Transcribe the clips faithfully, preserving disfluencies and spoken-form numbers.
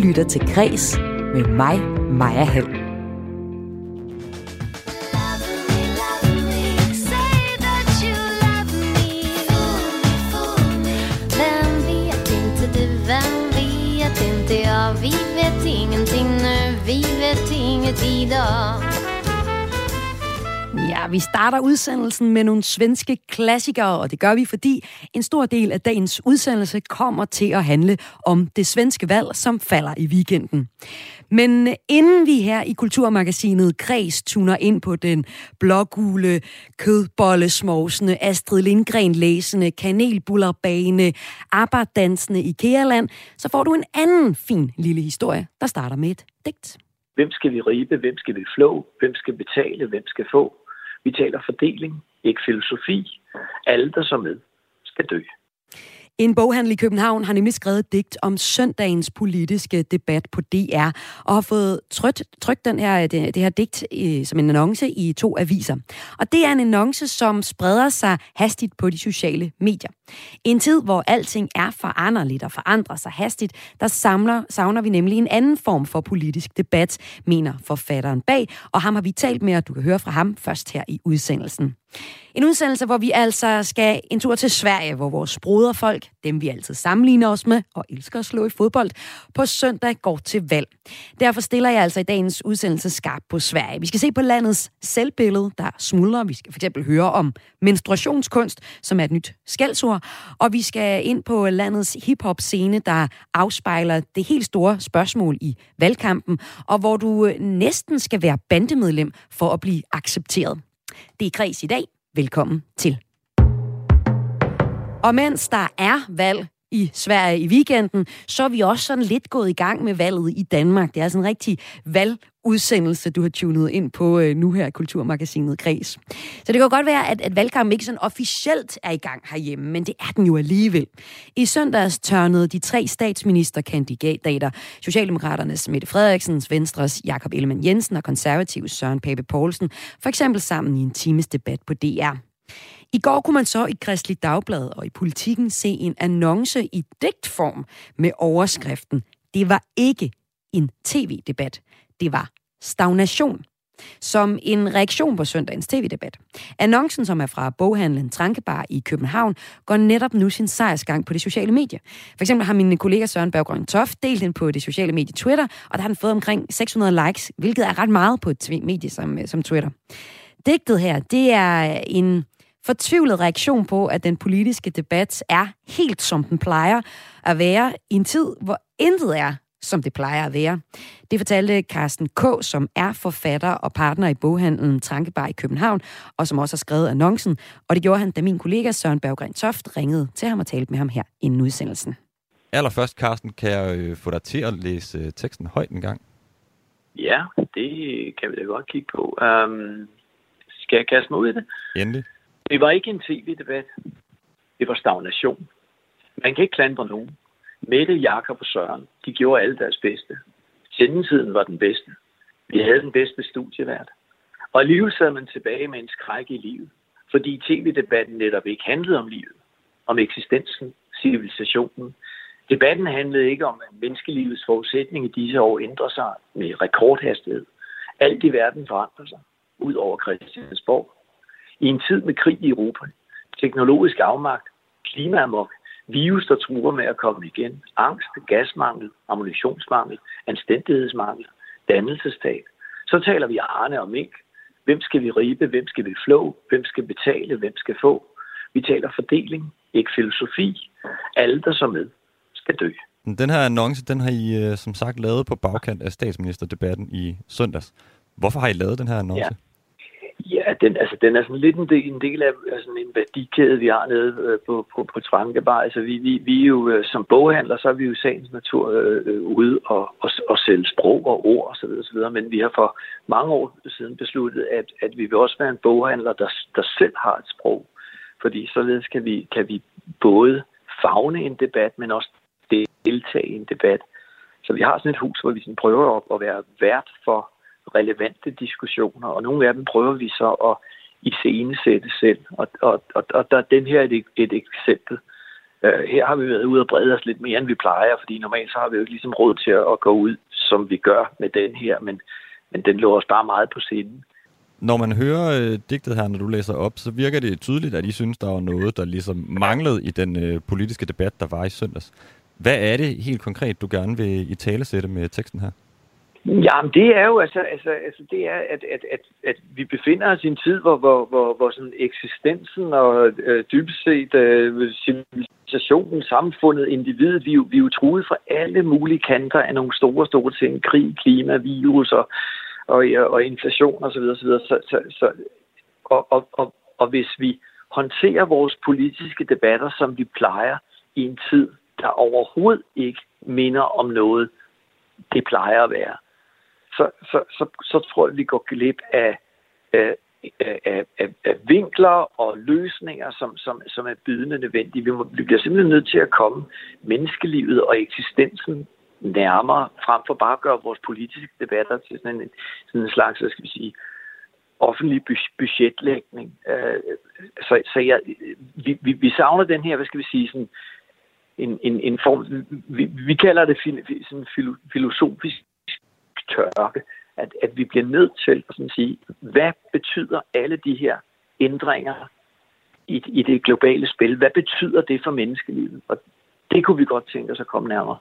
lytter til Græs med mig, Maja Hall. Vi vet ingenting nu, vi vet inget idag. Ja, vi starter udsendelsen med nogle svenske klassikere, og det gør vi, fordi en stor del af dagens udsendelse kommer til at handle om det svenske valg, som falder i weekenden. Men inden vi her i Kulturmagasinet Græs tuner ind på den blågule, kødbollesmovsende, Astrid Lindgren-læsende, kanelbullerbagende, ABBA-dansende IKEA-land, så får du en anden fin lille historie, der starter med et digt. Hvem skal vi ribe? Hvem skal vi flå? Hvem skal betale? Hvem skal få? Vi taler fordeling, ikke filosofi. Alle, der så med, skal dø. En boghandel i København har nemlig skrevet et digt om søndagens politiske debat på D R, og har fået trykt, trykt den her, det, det her digt øh, som en annonce i to aviser. Og det er en annonce, som spreder sig hastigt på de sociale medier. I en tid, hvor alting er foranderligt og forandrer sig hastigt, der samler, savner vi nemlig en anden form for politisk debat, mener forfatteren bag, og ham har vi talt med, og du kan høre fra ham først her i udsendelsen. En udsendelse, hvor vi altså skal en tur til Sverige, hvor vores broderfolk, dem vi altid sammenligner os med og elsker at slå i fodbold, på søndag går til valg. Derfor stiller jeg altså i dagens udsendelse skarp på Sverige. Vi skal se på landets selvbillede, der smuldrer. Vi skal for eksempel høre om menstruationskunst, som er et nyt skældsord. Og vi skal ind på landets hiphop-scene, der afspejler det helt store spørgsmål i valgkampen, og hvor du næsten skal være bandemedlem for at blive accepteret. Det er Græs i dag. Velkommen til. Og mens der er valg i Sverige i weekenden, så er vi også sådan lidt gået i gang med valget i Danmark. Det er sådan en rigtig valgudsendelse, du har tunet ind på nu her i Kulturmagasinet Græs. Så det kan godt være, at, at valgkampen ikke sådan officielt er i gang herhjemme, men det er den jo alligevel. I søndags tørnede de tre statsministerkandidater, Socialdemokraternes Mette Frederiksen, Venstres Jakob Ellemann-Jensen og Konservatives Søren Pape Poulsen, for eksempel sammen i en times debat på D R. I går kunne man så i Kristeligt Dagblad og i Politikken se en annonce i digtform med overskriften: "Det var ikke en tv-debat, det var stagnation", som en reaktion på søndagens tv-debat. Annoncen, som er fra boghandlen Trankebar i København, går netop nu sin sejrsgang på de sociale medier. For eksempel har min kollega Søren Berggren Toft delt den på det sociale medie Twitter, og der har den fået omkring seks hundrede likes, hvilket er ret meget på et medie som, som Twitter. Digtet her, det er en fortvivlet reaktion på, at den politiske debat er helt som den plejer at være i en tid, hvor intet er, som det plejer at være. Det fortalte Carsten K., som er forfatter og partner i boghandlen Trankebar i København, og som også har skrevet annoncen. Og det gjorde han, da min kollega Søren Berggren Toft ringede til ham og talte med ham her inden udsendelsen. Allerførst, Carsten, kan jeg få dig til at læse teksten højt en gang? Ja, det kan vi da godt kigge på. Um, skal jeg kaste mig ud i det? Endelig. Det var ikke en tv-debat. Det var stagnation. Man kan ikke klandre nogen. Mette, Jakob og Søren, de gjorde alle deres bedste. Sendetiden var den bedste. Vi havde den bedste studievært. Og alligevel sad man tilbage med en skræk i livet. Fordi tv-debatten netop ikke handlede om livet. Om eksistensen, civilisationen. Debatten handlede ikke om, at menneskelivets forudsætning i disse år ændrer sig med rekordhastighed. Alt i verden forandrer sig. Ud over Christiansborg. I en tid med krig i Europa, teknologisk afmagt, klimaamok, virus, der truer med at komme igen, angst, gasmangel, ammunitionsmangel, anstændighedsmangel, dannelsestab. Så taler vi Arne og Mink. Hvem skal vi ribe? Hvem skal vi flå? Hvem skal betale? Hvem skal få? Vi taler fordeling, ikke filosofi. Alle, der så med, skal dø. Den her annonce, den har I som sagt lavet på bagkant af statsministerdebatten i søndags. Hvorfor har I lavet den her annonce? Ja. Ja, den, altså, den er sådan lidt en del, en del af sådan en værdikæde, vi har nede øh, på, på, på Trankebar. Altså, vi, vi, vi er jo øh, som boghandler, så er vi jo i sagens natur øh, ude og, og, og sælge sprog og ord osv. osv. Men vi har for mange år siden besluttet, at, at vi vil også være en boghandler, der, der selv har et sprog. Fordi således kan vi, kan vi både favne en debat, men også deltage i en debat. Så vi har sådan et hus, hvor vi sådan prøver at, at være vært for relevante diskussioner, og nogle af dem prøver vi så at iscenesætte selv. Og, og, og, og der, den her er et, et eksempel. Uh, her har vi været ude og brede os lidt mere, end vi plejer, fordi normalt så har vi jo ikke ligesom råd til at gå ud, som vi gør med den her, men, men den lå os bare meget på scenen. Når man hører øh, digtet her, når du læser op, så virker det tydeligt, at I synes, der var noget, der ligesom manglede i den øh, politiske debat, der var i søndags. Hvad er det helt konkret, du gerne vil i talesætte med teksten her? Jamen, det er jo altså, altså, altså det er, at, at, at, at vi befinder os i en tid, hvor, hvor, hvor, hvor sådan eksistensen og øh, dybest set øh, civilisationen, samfundet, individet, vi, vi er jo truet fra alle mulige kanter af nogle store, store ting. Krig, klima, virus og, og, og inflation osv. Så, så, så, så, så, og, og, og, og hvis vi håndterer vores politiske debatter, som vi plejer i en tid, der overhovedet ikke minder om noget, det plejer at være, Så, så, så, så tror jeg, vi går glip af, af, af, af, af vinkler og løsninger, som, som, som er bydende nødvendige. Vi, må, vi bliver simpelthen nødt til at komme menneskelivet og eksistensen nærmere, frem for bare at gøre vores politiske debatter til sådan en, sådan en slags, hvad skal vi sige, offentlig budgetlægning. Så, så jeg, vi, vi, vi savner den her, hvad skal vi sige, sådan en, en, en form, vi, vi kalder det sådan filosofisk tørke, at, at vi bliver nødt til at sådan sige, hvad betyder alle de her ændringer i, i det globale spil? Hvad betyder det for menneskelivet? Og det kunne vi godt tænke os at komme nærmere.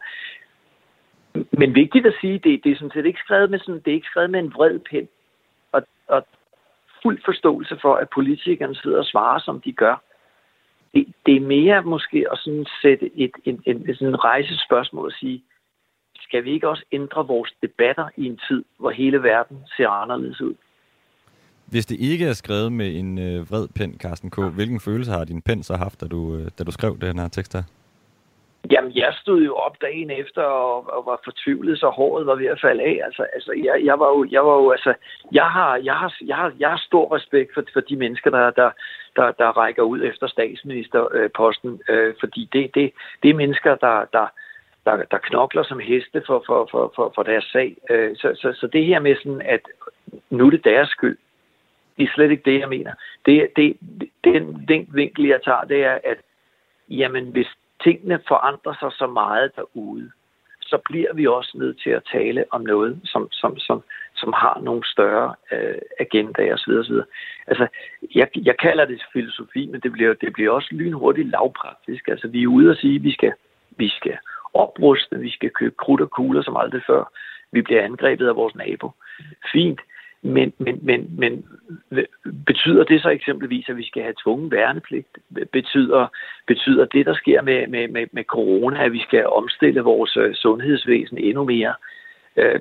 Men vigtigt at sige, det, det er sådan set ikke skrevet med sådan, det er ikke skrevet med en vred pen, og, og fuld forståelse for, at politikerne sidder og svarer, som de gør. Det, det er mere måske at sådan sætte et, en, en, sådan en rejsespørgsmål og sige, skal vi ikke også ændre vores debatter i en tid, hvor hele verden ser anderledes ud? Hvis det ikke er skrevet med en øh, vred pen, Carsten K., hvilken følelse har din pen så haft, da du, øh, da du skrev den her tekst her? Jamen, jeg stod jo op dagen efter og, og var fortvivlet, så håret var ved at falde af. Altså, altså jeg, jeg var jo, jeg var jo, altså, jeg har, jeg har, jeg har, jeg har stor respekt for, for de mennesker, der, der, der, der rækker ud efter statsministerposten, øh, fordi det, det, det er mennesker, der, der Der, der knokler som heste for, for, for, for, for deres sag. Så, så, så det her med sådan, at nu er det deres skyld, det er slet ikke det, jeg mener. Det, det, den, den vinkel, jeg tager, det er, at jamen, hvis tingene forandrer sig så meget derude, så bliver vi også nødt til at tale om noget, som, som, som, som har nogle større øh, agendaer osv. osv. Altså, jeg, jeg kalder det filosofi, men det bliver, det bliver også lynhurtigt lavpraktisk. Altså, vi er ude og sige, at vi skal, vi skal opruste, vi skal købe krudt og kugler som aldrig før. Vi bliver angrebet af vores nabo. Fint. Men, men, men, men betyder det så eksempelvis, at vi skal have tvungen værnepligt? Betyder, betyder det, der sker med, med, med, med corona, at vi skal omstille vores uh, sundhedsvæsen endnu mere? Uh,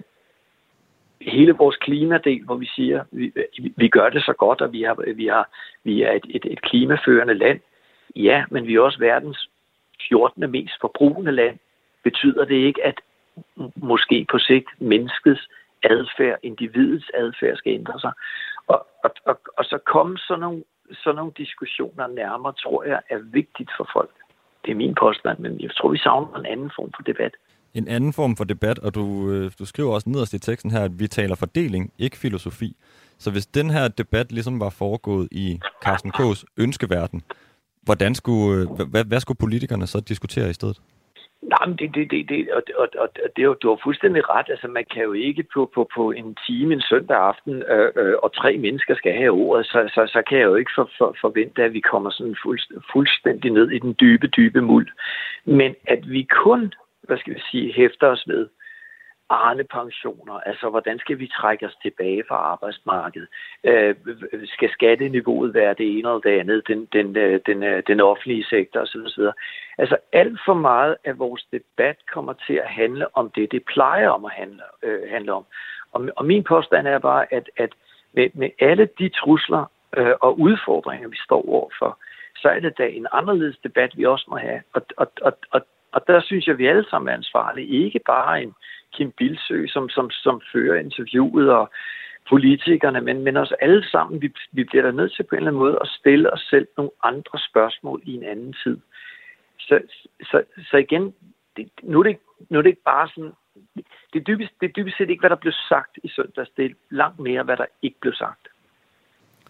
hele vores klimadel, hvor vi siger, vi, vi gør det så godt, og vi, har, vi, har, vi er et, et, et klimaførende land. Ja, men vi er også verdens fjortende mest forbrugende land. Betyder det ikke, at måske på sigt menneskets adfærd, individets adfærd skal ændre sig? Og, og, og, og så komme sådan nogle, sådan nogle diskussioner nærmere, tror jeg, er vigtigt for folk. Det er min påstand, men jeg tror, vi savner en anden form for debat. En anden form for debat, og du, du skriver også nederst i teksten her, at vi taler fordeling, ikke filosofi. Så hvis den her debat ligesom var foregået i Carsten K's ønskeverden, hvordan skulle, hvad, hvad skulle politikerne så diskutere i stedet? Nej, men det, det, det, det, og, og, og det er jo, du har fuldstændig ret. Altså, man kan jo ikke på, på, på en time en søndag aften, øh, øh, og tre mennesker skal have ordet, så, så, så kan jeg jo ikke for, for, forvente, at vi kommer sådan fuld, fuldstændig ned i den dybe, dybe muld. Men at vi kun, hvad skal vi sige, hæfter os ved Arne-pensioner, altså hvordan skal vi trække os tilbage fra arbejdsmarkedet? Øh, skal skatteniveauet være det ene eller det andet, den, den, den, den offentlige sektor osv. osv. Altså alt for meget af vores debat kommer til at handle om det, det plejer om at handle, øh, handle om. Og, og min påstand er bare, at, at med, med alle de trusler øh, og udfordringer, vi står overfor, så er det da en anderledes debat, vi også må have. Og, og, og, og, og der synes jeg, vi alle sammen er ansvarlige. Ikke bare en Kim Bildsøe, som, som, som fører interviewet, og politikerne, men, men også alle sammen, vi, vi bliver da nødt til på en eller anden måde at stille os selv nogle andre spørgsmål i en anden tid. Så, så, så igen, det, nu, er det, nu er det ikke bare sådan, det er, dybest, det er dybest set ikke, hvad der blev sagt i søndags, det er langt mere, hvad der ikke blev sagt.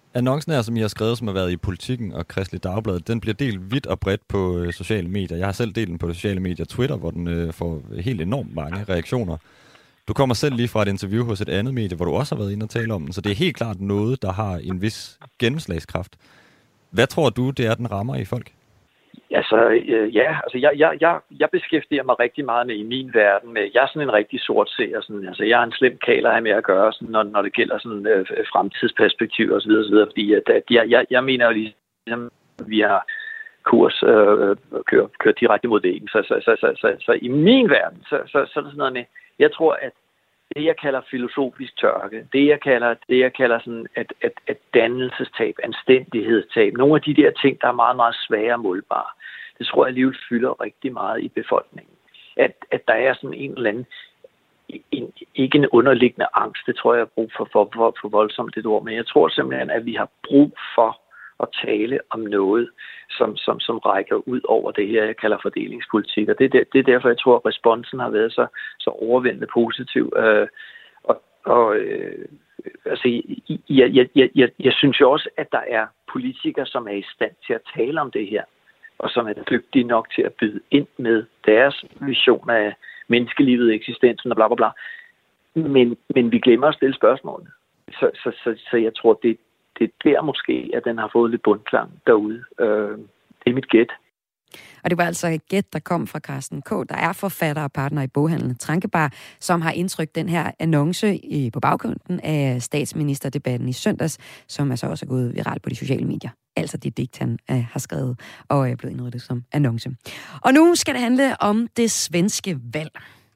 Annoncen her, som I har skrevet, som har været i Politikken og Kristeligt Dagblad, den bliver delt vidt og bredt på øh, sociale medier. Jeg har selv delt den på sociale medier, Twitter, hvor den øh, får helt enormt mange reaktioner. Du kommer selv lige fra et interview hos et andet medie, hvor du også har været inde og tale om den, så det er helt klart noget, der har en vis gennemslagskraft. Hvad tror du, det er, den rammer i folk? Altså, øh, ja, altså jeg, jeg, jeg, jeg beskæftiger mig rigtig meget med i min verden. Med, jeg er sådan en rigtig sort seer. Sådan, altså, jeg er en slem kaler her med at gøre, sådan, når, når det gælder sådan, øh, fremtidsperspektiv osv. osv. Fordi at, at jeg, jeg, jeg mener jo ligesom, vi har kurs øh, kører, kører direkte mod væggen. Så, så, så, så, så, så i min verden, så, så, så er det sådan noget med, jeg tror, at det, jeg kalder filosofisk tørke, det, jeg kalder, det, jeg kalder sådan, at, at, at dannelsestab, anstændighedstab, nogle af de der ting, der er meget, meget svære målbare, det tror jeg alligevel fylder rigtig meget i befolkningen. At, at der er sådan en eller anden, en, ikke en underliggende angst, det tror jeg er brug for, for, for, for voldsomt det ord, men jeg tror simpelthen, at vi har brug for at tale om noget, som, som, som rækker ud over det her, jeg kalder fordelingspolitik. Og det, det, det er derfor, jeg tror, at responsen har været så, så overvældende positiv. Øh, og og øh, altså, jeg, jeg, jeg, jeg, jeg synes jo også, at der er politikere, som er i stand til at tale om det her, og som er dygtige nok til at byde ind med deres vision af menneskelivet, eksistensen og bla bla bla. Men, men vi glemmer at stille spørgsmålene. Så, så, så, så jeg tror, det Det er der måske, at den har fået lidt bundklang derude. Øh, det er mit gæt. Og det var altså et gæt, der kom fra Carsten K., der er forfatter og partner i boghandlen Trankebar, som har indtrykt den her annonce i, på bagkanten af statsministerdebatten i søndags, som altså også er gået viralt på de sociale medier. Altså det digt, han øh, har skrevet og er blevet indrettet som annonce. Og nu skal det handle om det svenske valg.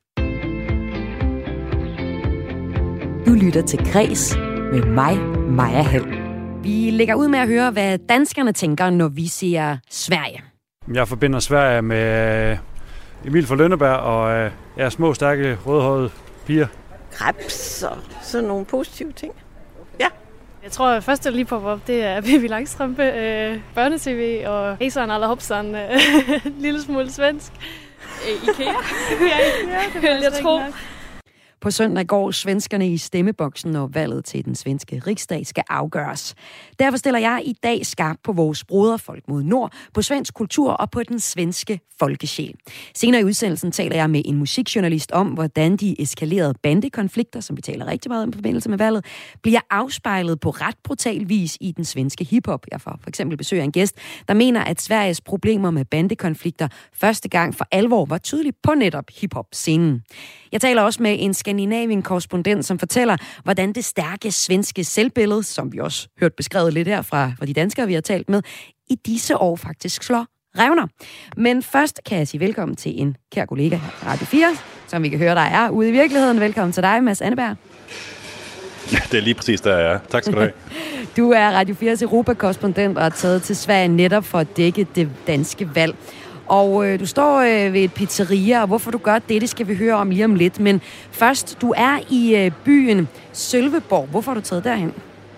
Du lytter til Græs med mig, Maja Hall. Vi lægger ud med at høre, hvad danskerne tænker, når vi siger Sverige. Jeg forbinder Sverige med Emil fra Lønneberg og ja, små, stærke, rødhårede piger. Krebs og sådan nogle positive ting. Ja. Jeg tror, at første, der lige popper op, det er Pippi Langstrømpe, øh, børnetv og Hejsan eller Hopsan, øh, en lille smule svensk. Øh, Ikea. ja, Ikea, det vil jeg tro. På søndag går svenskerne i stemmeboksen, når valget til den svenske riksdag skal afgøres. Derfor stiller jeg i dag skarp på vores broderfolk mod nord, på svensk kultur og på den svenske folkesjæl. Senere i udsendelsen taler jeg med en musikjournalist om, hvordan de eskalerede bandekonflikter, som vi taler rigtig meget om i forbindelse med valget, bliver afspejlet på ret brutal vis i den svenske hiphop. Jeg får for eksempel besøg af en gæst, der mener, at Sveriges problemer med bandekonflikter første gang for alvor var tydeligt på netop hiphop-scenen. Jeg taler også med en Skandinavien-korrespondent, som fortæller, hvordan det stærke svenske selvbillede, som vi også hørt beskrevet lidt her fra, fra de danskere, vi har talt med, i disse år faktisk slår revner. Men først kan jeg sige velkommen til en kær kollega her fra Radio fire, som vi kan høre, der er ude i virkeligheden. Velkommen til dig, Mads Anneberg. Ja, det er lige præcis der, jeg er. Tak skal du have. Du er Radio fires Europakorrespondent og er taget til Sverige netop for at dække det danske valg. Og øh, du står øh, ved et pizzeria, og hvorfor du gør det, det skal vi høre om lige om lidt. Men først, du er i øh, byen Sölvesborg. Hvorfor har du taget derhen?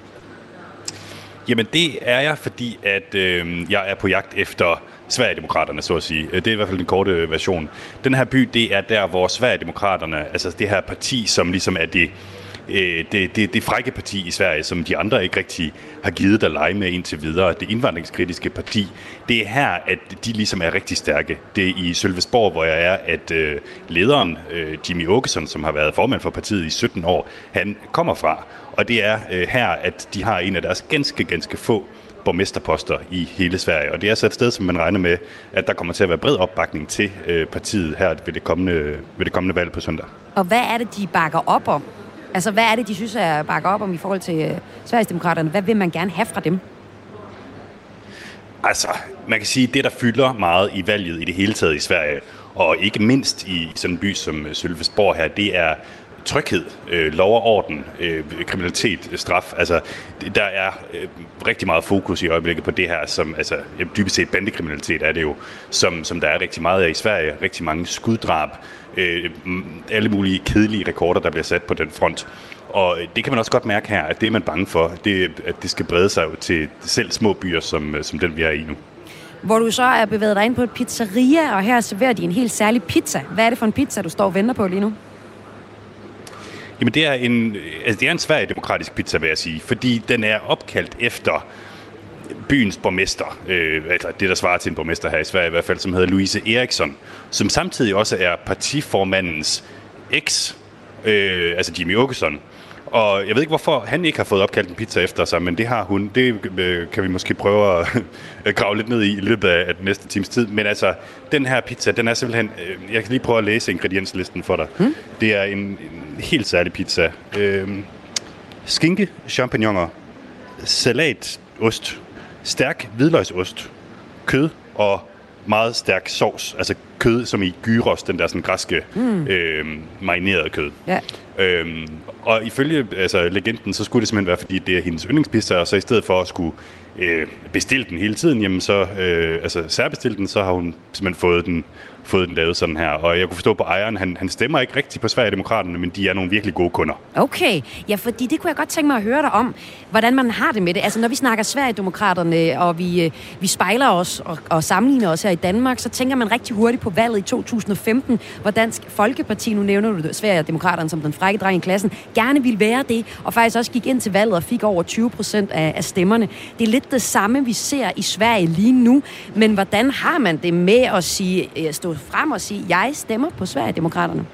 Jamen, det er jeg, fordi at øh, jeg er på jagt efter Sverigedemokraterne, så at sige. Det er i hvert fald den korte version. Den her by, det er der, hvor Sverigedemokraterne, altså det her parti, som ligesom er det, øh, det, det, det frække parti i Sverige, som de andre ikke rigtig har givet der lege med indtil videre. Det indvandringskritiske parti, det er her, at de ligesom er rigtig stærke. Det er i Sölvesborg, hvor jeg er, at øh, lederen, øh, Jimmie Åkesson, som har været formand for partiet i sytten år, han kommer fra. Og det er øh, her, at de har en af deres ganske, ganske få borgmesterposter i hele Sverige. Og det er så et sted, som man regner med, at der kommer til at være bred opbakning til øh, partiet her ved det, kommende, ved det kommende valg på søndag. Og hvad er det, de bakker op om? Altså, hvad er det, de synes er bakker op om i forhold til øh, Sverigedemokraterne? Hvad vil man gerne have fra dem? Altså, man kan sige, at det, der fylder meget i valget i det hele taget i Sverige, og ikke mindst i sådan en by som Sölvesborg her, det er tryghed, øh, lov og orden, øh, kriminalitet, straf. Altså, der er øh, rigtig meget fokus i øjeblikket på det her, som altså, dybest set bandekriminalitet er det jo, som, som der er rigtig meget af i Sverige. Rigtig mange skuddrab, øh, alle mulige kedelige rekorder, der bliver sat på den front. Og det kan man også godt mærke her, at det er man bange for, det, at det skal brede sig til selv små byer, som, som den vi er i nu. Hvor du så er bevæget dig ind på et pizzeria, og her serverer de en helt særlig pizza. Hvad er det for en pizza, du står og venter på lige nu? Jamen, det er en, altså, det er en sverigedemokratisk pizza, vil jeg sige, fordi den er opkaldt efter byens borgmester, øh, altså det, der svarer til en borgmester her i Sverige i hvert fald, som hedder Louise Eriksson, som samtidig også er partiformandens eks, øh, altså Jimmy Åkesson. Og jeg ved ikke, hvorfor han ikke har fået opkaldt en pizza efter sig, men det har hun. Det øh, kan vi måske prøve at grave lidt ned i i løbet af den næste times tid. Men altså, den her pizza, den er simpelthen... Øh, jeg kan lige prøve at læse ingredienslisten for dig. Hmm? Det er en, en helt særlig pizza. Øh, skinke, champignoner, salat, ost, stærk hvidløgsost, kød og meget stærk sovs. Altså kød som i gyros, den der sådan græske mm. øh, marinerede kød. Ja. Øhm, og ifølge altså, legenden, så skulle det simpelthen være, fordi det er hendes yndlingspizza, og så i stedet for at skulle øh, bestille den hele tiden, jamen så, øh, altså særbestille den, så har hun simpelthen fået den, fået den lavet sådan her. Og jeg kunne forstå på ejeren, han, han stemmer ikke rigtigt på Sverigedemokraterne, men de er nogle virkelig gode kunder. Okay, ja, fordi det kunne jeg godt tænke mig at høre dig om, hvordan man har det med det. Altså når vi snakker Sverigedemokraterne, og vi, vi spejler os og, og sammenligner os her i Danmark, så tænker man rigtig hurtigt på valget i to tusind og femten, hvor Dansk Folkeparti, nu nævner du Sverigedemokraterne som den frække dreng i klassen, gerne ville være det, og faktisk også gik ind til valget og fik over tyve procent af, af stemmerne. Det er lidt det samme, vi ser i Sverige lige nu, men hvordan har man det med at sige, stå frem og sige, jeg stemmer på Sverigedemokraterne?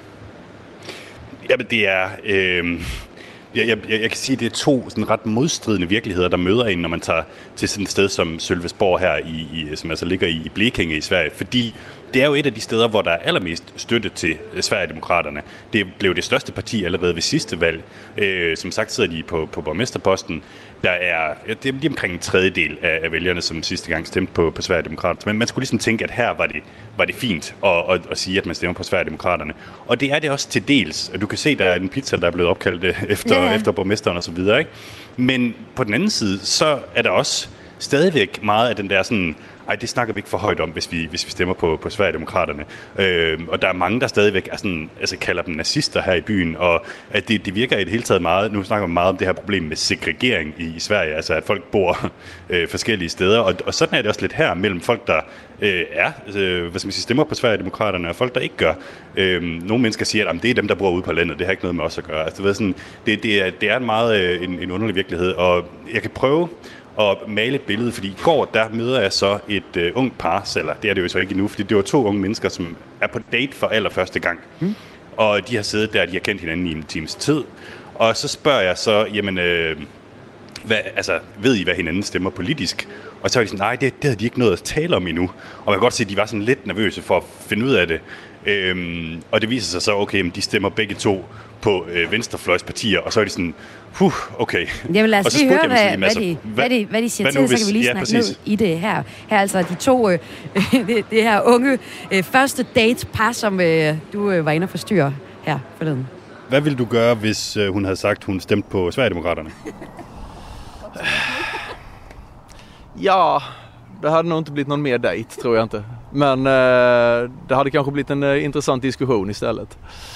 Jamen, det er... Øh... Jeg, jeg, jeg kan sige, at det er to sådan ret modstridende virkeligheder, der møder en, når man tager til sådan et sted som Sölvesborg her, i, i, som altså ligger i, i Blekinge i Sverige. Fordi det er jo et af de steder, hvor der er allermest støtte til Sverigedemokraterne. Det blev det største parti allerede ved sidste valg. Øh, som sagt sidder de på, på borgmesterposten. Der er, det er lige omkring en tredjedel af, af vælgerne, som sidste gang stemte på, på Sverigedemokraterne. Men man skulle ligesom tænke, at her var det, var det fint at, at, at sige, at man stemmer på Sverigedemokraterne. Og det er det også til dels. Du kan se, der er en pizza, der er blevet opkaldt efter, ja. efter borgmesteren og så videre, ikke? Men på den anden side, så er der også stadigvæk meget af den der sådan... Ej, det snakker vi ikke for højt om, hvis vi, hvis vi stemmer på, på Sverigedemokraterne. Øh, og der er mange, der stadigvæk er sådan, altså kalder dem nazister her i byen, og at det, det virker i det hele taget meget, nu snakker vi meget om det her problem med segregering i, i Sverige, altså at folk bor øh, forskellige steder, og, og sådan er det også lidt her, mellem folk, der øh, er, øh, hvad skal man sige, stemmer på Sverigedemokraterne, og folk, der ikke gør. Øh, nogle mennesker siger, at det er dem, der bor ude på landet, det har ikke noget med os at gøre. Altså, det, ved, sådan, det, det, er, det er en meget øh, en, en underlig virkelighed, og jeg kan prøve og male et billede, fordi i går, der møder jeg så et uh, ungt par, eller det er det jo så ikke endnu, fordi det var to unge mennesker, som er på date for allerførste gang. Mm. Og de har siddet der, de har kendt hinanden i en times tid. Og så spørger jeg så, jamen, øh, hvad, altså, ved I, hvad hinanden stemmer politisk? Og så er de sådan, nej, det, det havde de ikke noget at tale om endnu. Og man kan godt se, at de var sådan lidt nervøse for at finde ud af det. Øhm, og det viser sig så, okay, men de stemmer begge to på øh, venstrefløjspartier, og så er de sådan, huh, okay. Jeg vil lad os lige høre, hvad, hvad, altså, de, hvad, de, hvad de siger til, hvis, så kan vi lige snakke ja, ned i det her. Her er altså de to, øh, det, det her unge øh, første date-par, som øh, du øh, var inde og forstyrre her forleden. Hvad ville du gøre, hvis øh, hun havde sagt, hun stemte på Sverigedemokraterne? Ja, det hade nog inte blivit någon mer dejt, tror jag inte. Men eh, det hade kanske blivit en eh, intressant diskussion istället.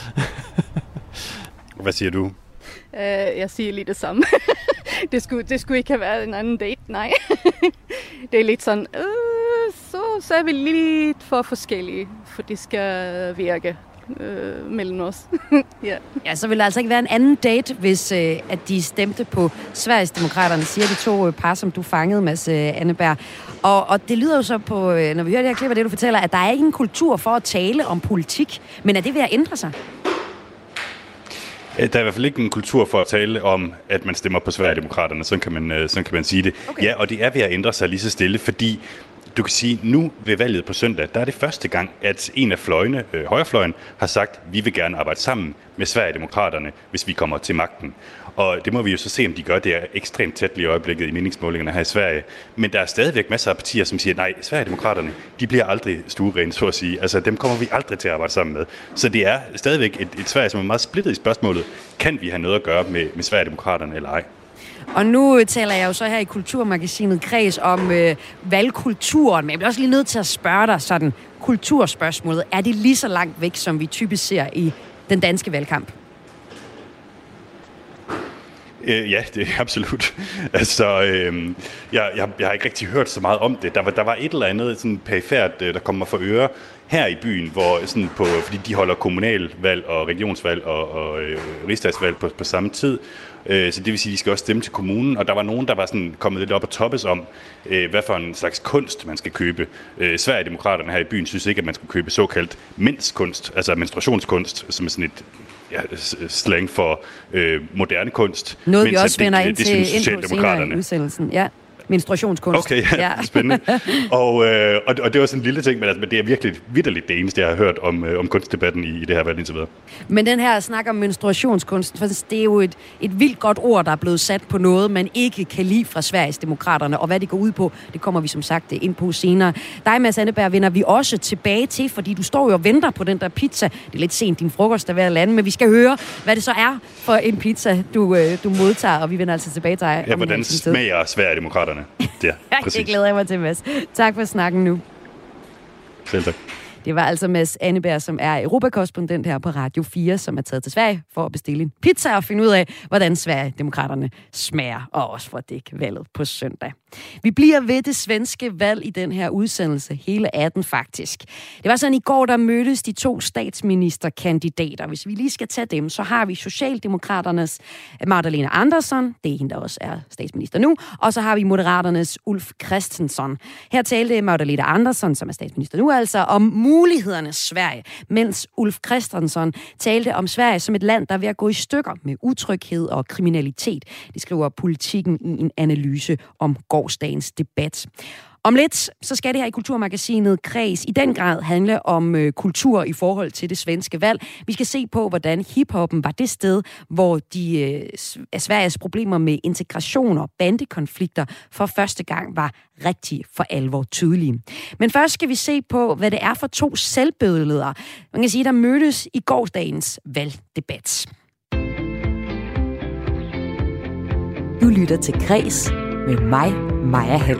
Hvad siger du? Uh, jeg siger lige det samme. det, skulle, det skulle ikke have været en anden date, nej. Det er lidt sådan, uh, så, så er vi lidt for forskellige, for det skal virke øh, mellem os. ja. ja, så vil der altså ikke være en anden date, hvis øh, at de stemte på Sverigedemokraterne, siger de to øh, par, som du fangede, Mads øh, Anneberg. Og, og det lyder jo så på, øh, når vi hører det her klip af det, du fortæller, at der er ikke en kultur for at tale om politik, men er det ved at ændre sig? Der er i hvert fald ikke en kultur for at tale om, at man stemmer på Sverigedemokraterne, sådan kan man, sådan kan man sige det. Okay. Ja, og det er ved at ændre sig lige så stille, fordi du kan sige, nu ved valget på søndag, der er det første gang, at en af fløjene, øh, højrefløjen, har sagt, at vi vil gerne arbejde sammen med Sverigedemokraterne, hvis vi kommer til magten. Og det må vi jo så se, om de gør. Det er ekstremt tæt lige i øjeblikket i meningsmålingerne her i Sverige. Men der er stadigvæk masser af partier, som siger, nej, Sverigedemokraterne, de bliver aldrig stuerene, så at sige. Altså, dem kommer vi aldrig til at arbejde sammen med. Så det er stadigvæk et, et Sverige, som er meget splittet i spørgsmålet. Kan vi have noget at gøre med, med Sverigedemokraterne eller ej? Og nu taler jeg jo så her i Kulturmagasinet Kreds om øh, valgkulturen, men jeg bliver også lige nødt til at spørge dig sådan, kulturspørgsmålet, er det lige så langt væk, som vi typisk ser i den danske valgkamp? Øh, ja, det er absolut. Altså, øh, jeg, jeg, jeg har ikke rigtig hørt så meget om det. Der var, der var et eller andet sådan perifært, der kommer for øre. her i byen, hvor sådan på, fordi de holder kommunalvalg og regionsvalg og, og øh, rigsdagsvalg på, på samme tid. Øh, så det vil sige, at de skal også stemme til kommunen, og der var nogen, der var sådan kommet lidt op og toppes om, øh, hvad for en slags kunst man skal købe. Øh, Sverigedemokraterne her i byen synes ikke, at man skulle købe såkaldt menskunst, altså menstruationskunst, som er sådan et ja, slang for øh, moderne kunst. Noget vi også vender ind det, til det ind på senere i udsendelsen. Ja. Menstruationskunst. Okay, ja, ja. Spændende. og, øh, og, og det var sådan en lille ting, men, altså, men det er virkelig vitterligt det eneste, jeg har hørt om, øh, om kunstdebatten i, i det her valg indtil videre. Men den her snak om menstruationskunst, for det er jo et, et vildt godt ord, der er blevet sat på noget, man ikke kan lide fra Sverigesdemokraterne, og hvad det går ud på, det kommer vi som sagt ind på senere. Dig, Mads Anneberg, vender vi også tilbage til, fordi du står jo og venter på den der pizza. Det er lidt sent, din frokost er ved at lande, men vi skal høre, hvad det så er for en pizza, du, øh, du modtager, og vi vender altså tilbage til dig. Ja, hvordan smager Sverigedemokraterne? Ja, præcis. Jeg glæder mig til, Mads. Tak for snakken nu. Selv tak. Det var altså Mads Anneberg, som er europakorrespondent her på Radio fire, som er taget til Sverige for at bestille en pizza og finde ud af, hvordan Sverigedemokraterne smager, og også for at dække valget på søndag. Vi bliver ved det svenske valg i den her udsendelse, hele atten faktisk. Det var sådan i går, der mødtes de to statsministerkandidater. Hvis vi lige skal tage dem, så har vi Socialdemokraternes Magdalena Andersson, det er hende, der også er statsminister nu, og så har vi Moderaternes Ulf Kristersson. Her talte Magdalena Andersson, som er statsminister nu altså, om mulighedernes Sverige, mens Ulf Kristersson talte om Sverige som et land, der er ved at gå i stykker med utryghed og kriminalitet. Det skriver Politikken i en analyse om gårsdagens debat. Om lidt, så skal det her i Kulturmagasinet Kreds i den grad handle om øh, kultur i forhold til det svenske valg. Vi skal se på, hvordan hiphoppen var det sted, hvor de øh, Sveriges problemer med integration og bandekonflikter for første gang var rigtig for alvor tydelige. Men først skal vi se på, hvad det er for to selvbilleder. Man kan sige, der mødtes i gårsdagens valgdebat. Du lytter til Kreds med mig, Maja Hall.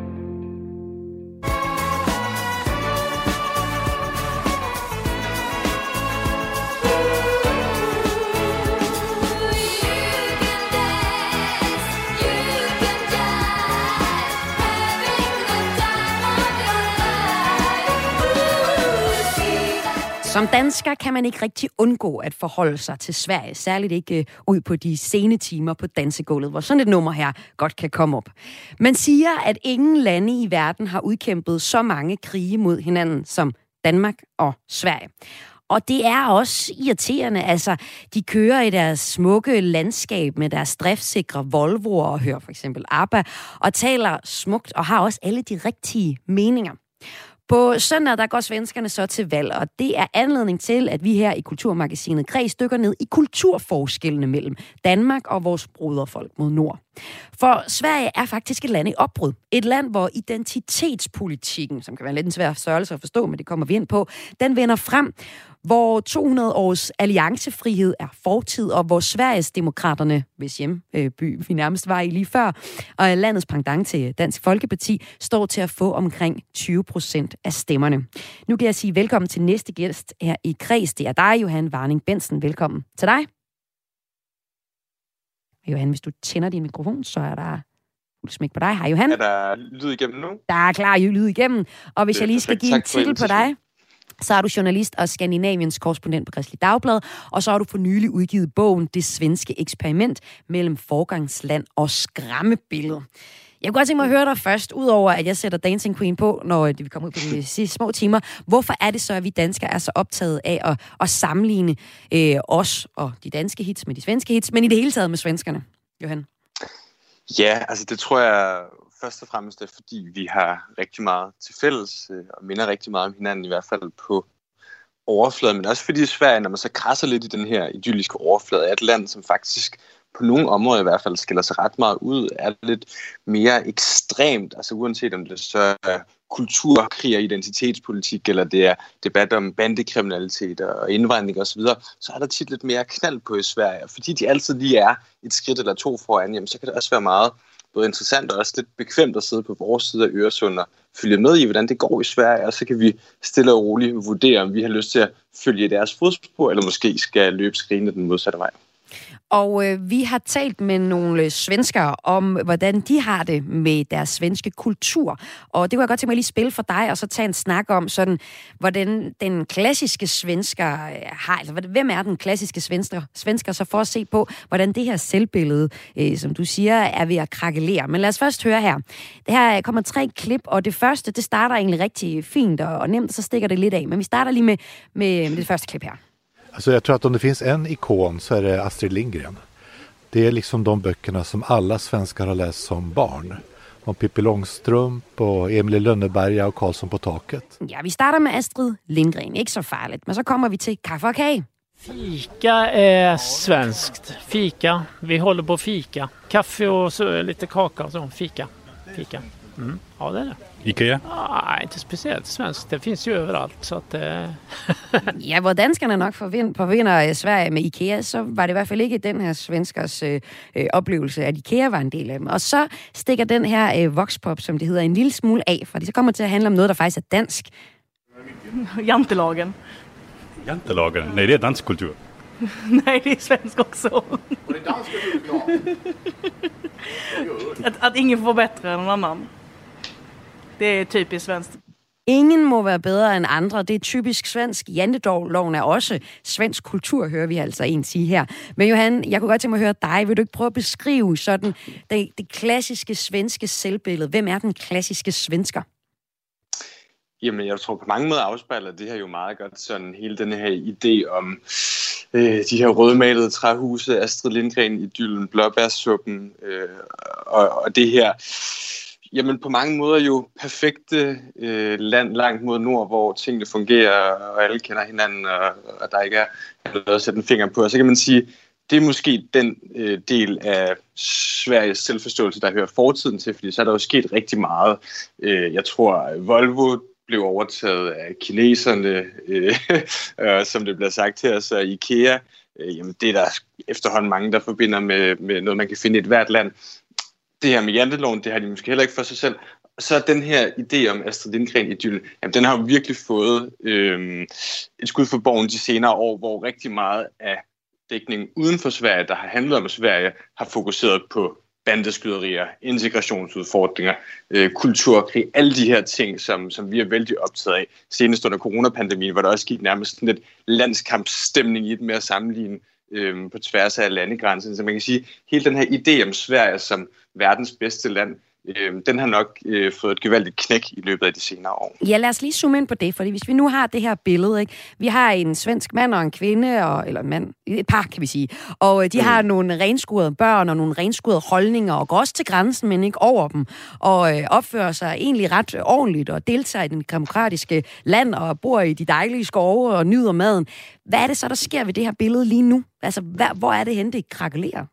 Som dansker kan man ikke rigtig undgå at forholde sig til Sverige, særligt ikke øh, ud på de sene timer på dansegulvet, hvor sådan et nummer her godt kan komme op. Man siger, at ingen lande i verden har udkæmpet så mange krige mod hinanden som Danmark og Sverige. Og det er også irriterende, altså de kører i deres smukke landskab med deres driftsikre Volvoer og hører for eksempel ABBA og taler smukt og har også alle de rigtige meninger. På søndag, der går svenskerne så til valg, og det er anledning til, at vi her i Kulturmagasinet Kreds dykker ned i kulturforskellene mellem Danmark og vores broderfolk mod nord. For Sverige er faktisk et land i opbrud. Et land, hvor identitetspolitikken, som kan være lidt en svær størrelse at forstå, men det kommer vi ind på, den vender frem, hvor to hundrede års alliancefrihed er fortid, og hvor Sverigesdemokraterne, hvis hjemby vi nærmest var i lige før, og landets pendant til Dansk Folkeparti, står til at få omkring tyve procent af stemmerne. Nu kan jeg sige velkommen til næste gæst her i Kreds. Det er dig, Johan Warning Bensen. Velkommen til dig. Johan, hvis du tænder din mikrofon, så er der fuld smæk på dig. Hej, Johan. Er der lyd igennem nu? Der er klar lyd igennem. Og hvis jeg lige skal give en titel på dig, så er du journalist og Skandinaviens korrespondent på Kristeligt Dagblad, og så har du for nylig udgivet bogen Det svenske eksperiment mellem forgangsland og skræmmebillede. Jeg kunne godt tænke mig at høre dig først, udover at jeg sætter Dancing Queen på, når vi kommer ud på de sidste små timer. Hvorfor er det så, at vi danskere er så optaget af at, at sammenligne øh, os og de danske hits med de svenske hits, men i det hele taget med svenskerne, Johan? Ja, altså det tror jeg først og fremmest er, fordi vi har rigtig meget til fælles, øh, og minder rigtig meget om hinanden, i hvert fald på overfladen, men også fordi Sverige, når man så krasser lidt i den her idylliske overflade, er et land, som faktisk på nogle områder i hvert fald skiller sig ret meget ud, er lidt mere ekstremt, altså uanset om det så er kulturkrig og identitetspolitik, eller det er debat om bandekriminalitet og indvandring osv., så er der tit lidt mere knald på i Sverige. Og fordi de altid lige er et skridt eller to foran, jamen, så kan det også være meget både interessant og også lidt bekvemt at sidde på vores side af Øresund og følge med i, hvordan det går i Sverige, og så kan vi stille og roligt vurdere, om vi har lyst til at følge deres fodspor, eller måske skal løbe skrigende den modsatte vej. Og øh, vi har talt med nogle svenskere om, hvordan de har det med deres svenske kultur. Og det kunne jeg godt tænke mig lige spille for dig, og så tage en snak om, sådan, hvordan den klassiske svensker har, altså hvem er den klassiske svensker, svensker så for at se på, hvordan det her selvbillede, øh, som du siger, er ved at krakelere. Men lad os først høre her. Det her kommer tre klip, og det første, det starter egentlig rigtig fint og, og nemt, og så stikker det lidt af. Men vi starter lige med, med, med det første klip her. Alltså jag tror att om det finns en ikon så är det Astrid Lindgren. Det är liksom de böckerna som alla svenskar har läst som barn. Om Pippi Långstrump och Emil i Lönneberga och Karlsson på taket. Ja, vi starter med Astrid Lindgren. Ikke så farligt, men så kommer vi til kaffe og kage. Fika är svenskt. Fika. Vi håller på fika. Kaffe och så lite kaka och så. Fika. Fika. Mm. Ja, det är det. IKEA? Nej, inte speciellt svenskt. Det finns ju överallt. Så att, eh... ja, hvor danskerne nok forvinder, forvinder Sverige med IKEA, så var det i hvert fald ikke den her svenskers øh, oplevelse, at IKEA var en del af dem. Og så stikker den her øh, voxpop, som det hedder, en lille smule af, for det så kommer til at handle om noget, der faktisk er dansk. Jantelagen. Jantelagen? Nej, det är dansk kultur. Nej, det är svensk också. Och det är dansk kultur. att, att ingen får bättre än någon annan. Det er typisk svensk. Ingen må være bedre end andre. Det er typisk svensk. Janteloven er også svensk kultur, hører vi altså en sige her. Men Johan, jeg kunne godt tænke mig at høre dig. Vil du ikke prøve at beskrive sådan det, det klassiske svenske selvbillede? Hvem er den klassiske svensker? Jamen, jeg tror på mange måder afspejler det her jo meget godt sådan hele den her idé om øh, de her rødmalede træhuse, Astrid Lindgren-idyllen, blåbærsuppen øh, og, og det her... Jamen på mange måder jo perfekte øh, land langt mod nord, hvor tingene fungerer, og alle kender hinanden, og, og der ikke er noget at sætte en finger på. Og så kan man sige, det er måske den øh, del af Sveriges selvforståelse, der hører fortiden til, fordi så er der jo sket rigtig meget. Øh, jeg tror, Volvo blev overtaget af kineserne, øh, øh, som det bliver sagt her, så IKEA, øh, jamen det er der efterhånden mange, der forbinder med, med noget, man kan finde i et hvert land. Det her med janteloven, det har de måske heller ikke for sig selv. Og så den her idé om Astrid Lindgren-idyllen, jamen den har jo virkelig fået øh, et skud for borgen de senere år, hvor rigtig meget af dækningen uden for Sverige, der har handlet om Sverige, har fokuseret på bandeskyderier, integrationsudfordringer, øh, kulturkrig, alle de her ting, som, som vi er vældig optaget af. Senest under coronapandemien, hvor der også gik nærmest sådan lidt landskampsstemning i det med at sammenligne øh, på tværs af landegrænsen. Så man kan sige, hele den her idé om Sverige som verdens bedste land, øh, den har nok øh, fået et gevaldigt knæk i løbet af de senere år. Ja, lad os lige zoome ind på det, fordi hvis vi nu har det her billede, ikke? Vi har en svensk mand og en kvinde, og, eller en mand, et par kan vi sige, og de mm. har nogle renskurede børn og nogle renskurede holdninger, og går også til grænsen, men ikke over dem, og øh, opfører sig egentlig ret ordentligt, og deltager i den demokratiske land, og bor i de dejlige skove og nyder maden. Hvad er det så, der sker ved det her billede lige nu? Altså, hvad, hvor er det henne, det krakelerer?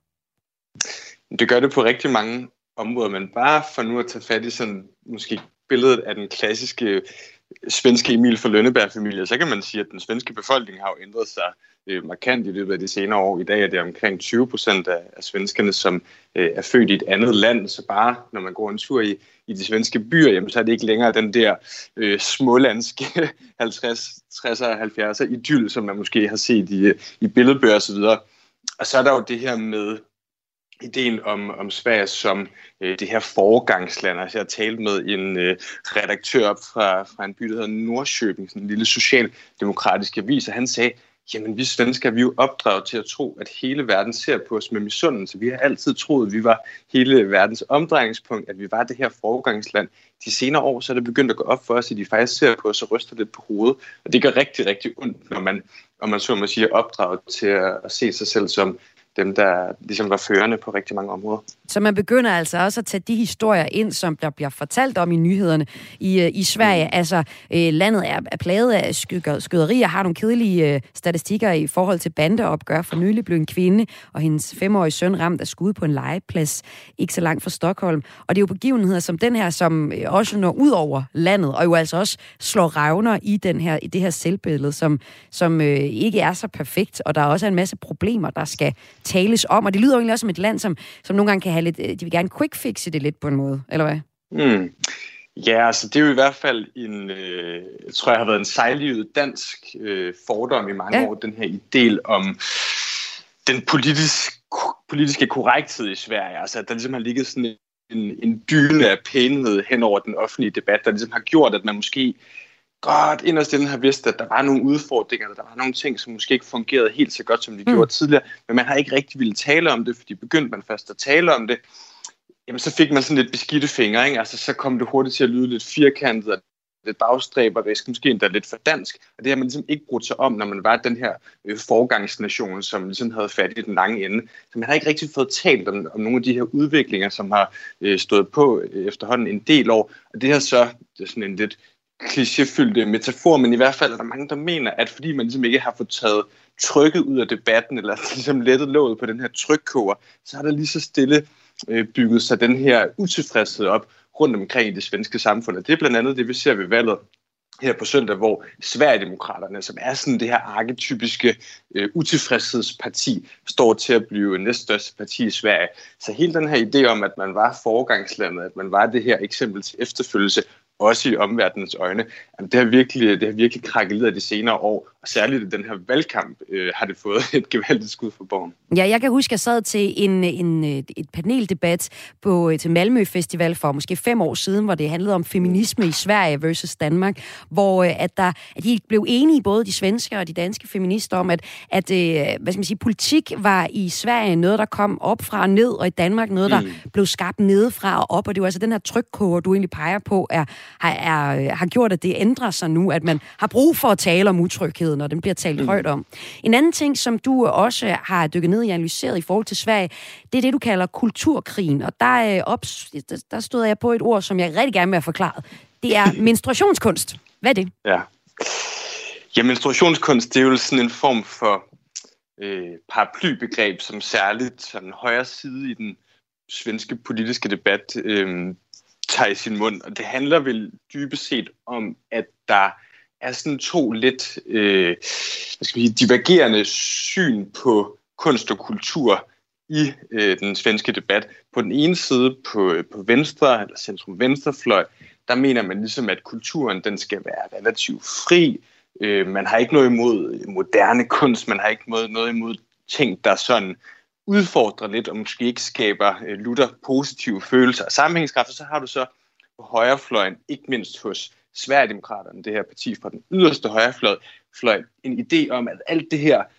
Det gør det på rigtig mange områder, men bare for nu at tage fat i sådan måske billedet af den klassiske svenske Emil fra Lönneberg-familie, så kan man sige, at den svenske befolkning har jo ændret sig øh, markant i løbet af de senere år. I dag er det omkring tyve procent af, af svenskerne, som øh, er født i et andet land, så bare når man går en tur i, i de svenske byer, jamen, så er det ikke længere den der øh, smålandske halvtreds, tresser og halvfjerdser idyll, som man måske har set i, i billedbøger osv. Og så er der jo det her med ideen om, om Sverige som øh, det her foregangsland. Altså jeg har talt med en øh, redaktør op fra, fra en by, der hedder Norrköping, sådan en lille socialdemokratisk avis, og han sagde, jamen vi svensker, vi er jo opdraget til at tro, at hele verden ser på os med misundelse. Vi har altid troet, at vi var hele verdens omdrejningspunkt, at vi var det her foregangsland. De senere år, så er det begyndt at gå op for os, at de faktisk ser på os og ryster lidt på hovedet. Og det gør rigtig, rigtig ondt, når man, om man så må sige, er opdraget til at, at se sig selv som dem, der ligesom var førende på rigtig mange områder. Så man begynder altså også at tage de historier ind, som der bliver fortalt om i nyhederne i, i Sverige. Mm. Altså, øh, landet er, er plaget af skyderier, har nogle kedelige øh, statistikker i forhold til bandeopgør. For nylig blev en kvinde og hendes femårige søn ramt af skud på en legeplads, ikke så langt fra Stockholm. Og det er jo begivenheder som den her, som øh, også når ud over landet, og jo altså også slår revner i, den her, i det her selvbillede, som, som øh, ikke er så perfekt, og der er også en masse problemer, der skal tales om, og det lyder jo egentlig også som et land, som, som nogle gange kan have lidt, de vil gerne quick-fixe det lidt på en måde, eller hvad? Mm. Ja, altså det er jo i hvert fald en, øh, jeg tror jeg har været en sejlivet dansk øh, fordom i mange ja. år, den her idé om den politisk, politiske korrekthed i Sverige. Altså, at der ligesom har ligget sådan en, en dyne af pænhed hen over den offentlige debat, der ligesom har gjort, at man måske godt inderst inden har vidst, at der var nogle udfordringer, der var nogle ting, som måske ikke fungerede helt så godt, som de mm. gjorde tidligere, men man har ikke rigtig ville tale om det, fordi begyndte man først at tale om det, jamen så fik man sådan lidt beskidte fingre, ikke? Altså så kom det hurtigt til at lyde lidt firkantet, og lidt bagstræberisk, måske endda lidt for dansk, og det har man ligesom ikke brugt sig om, når man var den her øh, forgangsnation, som ligesom havde fat i den lange ende. Så man har ikke rigtig fået talt om, om nogle af de her udviklinger, som har øh, stået på øh, efterhånden en del år, og det her så, det er sådan en lidt klichéfyldte metafor, men i hvert fald er der mange, der mener, at fordi man ligesom ikke har fået taget trykket ud af debatten, eller ligesom lettet låget på den her trykkoger, så har der lige så stille øh, bygget sig den her utilfredshed op rundt omkring i det svenske samfund. Og det er blandt andet det, vi ser ved valget her på søndag, hvor Sverigedemokraterne, som er sådan det her arketypiske øh, utilfredshedsparti, står til at blive næststørste parti i Sverige. Så hele den her idé om, at man var foregangslandet, at man var det her eksempel til efterfølgelse, også i omverdenens øjne, det har virkelig, det har virkelig krakkeleret de senere år, og særligt i den her valgkamp øh, har det fået et gevaldigt skud for bogen. Ja, jeg kan huske, at jeg sad til en, en, et paneldebat på, til Malmø Festival for måske fem år siden, hvor det handlede om feminisme i Sverige versus Danmark, hvor at, der, at de blev enige, både de svenske og de danske feminister, om, at, at hvad skal man sige, politik var i Sverige noget, der kom op fra og ned, og i Danmark noget, der mm. blev skabt nedefra og op, og det var altså den her trykkoger, du egentlig peger på, er Har, er, har gjort, at det ændrer sig nu, at man har brug for at tale om utryghed, når den bliver talt mm. højt om. En anden ting, som du også har dykket ned i og analyseret i forhold til Sverige, det er det, du kalder kulturkrigen. Og der, op, der stod jeg på et ord, som jeg rigtig gerne vil have forklaret. Det er menstruationskunst. Hvad er det? Ja, ja menstruationskunst, det er jo sådan en form for øh, paraplybegreb, som særligt sådan højre side i den svenske politiske debat øh, tager i sin mund, og det handler vel dybest set om, at der er sådan to lidt øh, hvad skal vi sige, divergerende syn på kunst og kultur i øh, den svenske debat. På den ene side, på, på venstre eller centrum-venstrefløj, der mener man ligesom, at kulturen den skal være relativt fri. Øh, man har ikke noget imod moderne kunst, man har ikke noget, noget imod ting, der sådan udfordrer lidt, og måske ikke skaber øh, lutter positive følelser og sammenhængskraft, så har du så på højrefløjen, ikke mindst hos Sverigedemokraterne, det her parti fra den yderste højrefløj, fløj, en idé om, at alt det her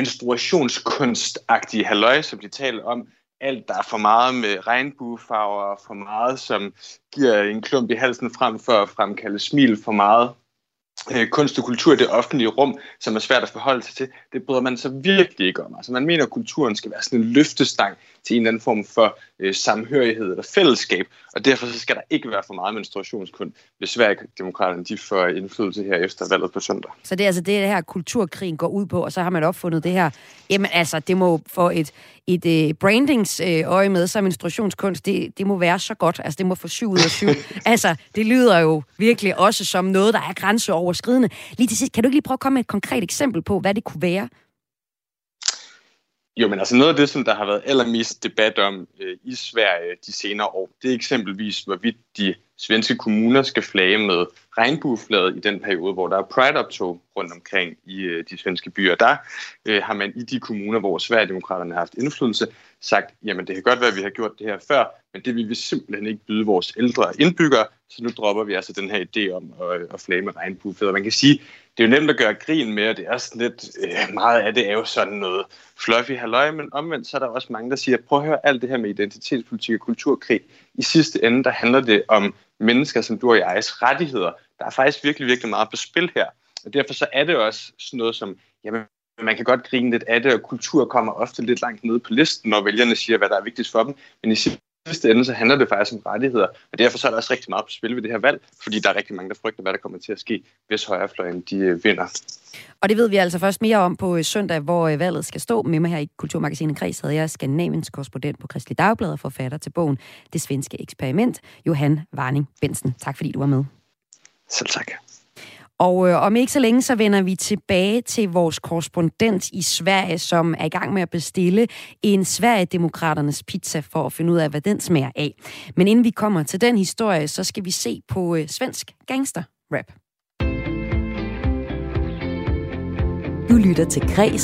menstruationskunstagtige halløj, som de taler om, alt der er for meget med regnbuefarver, og for meget, som giver en klump i halsen frem for at fremkalde smil, for meget øh, kunst og kultur i det offentlige rum, som er svært at forholde sig til, det bryder man så virkelig ikke om. Altså man mener, at kulturen skal være sådan en løftestang til en eller anden form for øh, samhørighed eller fællesskab, og derfor så skal der ikke være for meget menstruationskunst, hvis Sverigedemokraterne de får indflydelse her efter valget på søndag. Så det er altså det, det her kulturkrigen går ud på, og så har man opfundet det her, jamen altså, det må få et, et øh, brandingsøje med, så menstruationskunst, det, det må være så godt, altså det må få syv ud af syv. Altså, det lyder jo virkelig også som noget, der er grænseoverskridende. Lige til sidst, kan du ikke lige prøve at komme med et konkret eksempel på, hvad det kunne være? Jo, men altså noget af det, som der har været allermest debat om øh, i Sverige de senere år, det er eksempelvis, hvorvidt de svenske kommuner skal flage med regnbueflaget i den periode, hvor der er Pride-optog rundt omkring i øh, de svenske byer. Der øh, har man i de kommuner, hvor Sverigedemokraterne har haft indflydelse, sagt, jamen det kan godt være, at vi har gjort det her før, men det vil vi simpelthen ikke byde vores ældre indbyggere, så nu dropper vi altså den her idé om at, at flage med regnbueflaget. Man kan sige, det er jo nemt at gøre grin med, og det er sådan lidt, øh, meget af det er jo sådan noget fluffy halløj, men omvendt så er der også mange, der siger, prøv at høre alt det her med identitetspolitik og kulturkrig. I sidste ende, der handler det om mennesker som du og jegs rettigheder. Der er faktisk virkelig, virkelig meget på spil her. Og derfor så er det også sådan noget som, jamen, man kan godt grine lidt af det, og kultur kommer ofte lidt langt nede på listen, når vælgerne siger, hvad der er vigtigst for dem. Men i sidste ende, så handler det faktisk om rettigheder. Og derfor så er der også rigtig meget på spil ved det her valg, fordi der er rigtig mange, der frygter, hvad der kommer til at ske, hvis højrefløjen de vinder. Og det ved vi altså først mere om på søndag, hvor valget skal stå. Med mig her i Kulturmagasinet Kreds havde jeg Skandinaviens korrespondent på Kristeligt Dagblad og forfatter til bogen Det Svenske Eksperiment, Johan Warning Bentzen. Tak fordi du var med. Selv tak. Og øh, om ikke så længe, så vender vi tilbage til vores korrespondent i Sverige, som er i gang med at bestille en Sverigedemokraternes pizza for at finde ud af, hvad den smager af. Men inden vi kommer til den historie, så skal vi se på øh, svensk gangster-rap. Du lytter til Kreds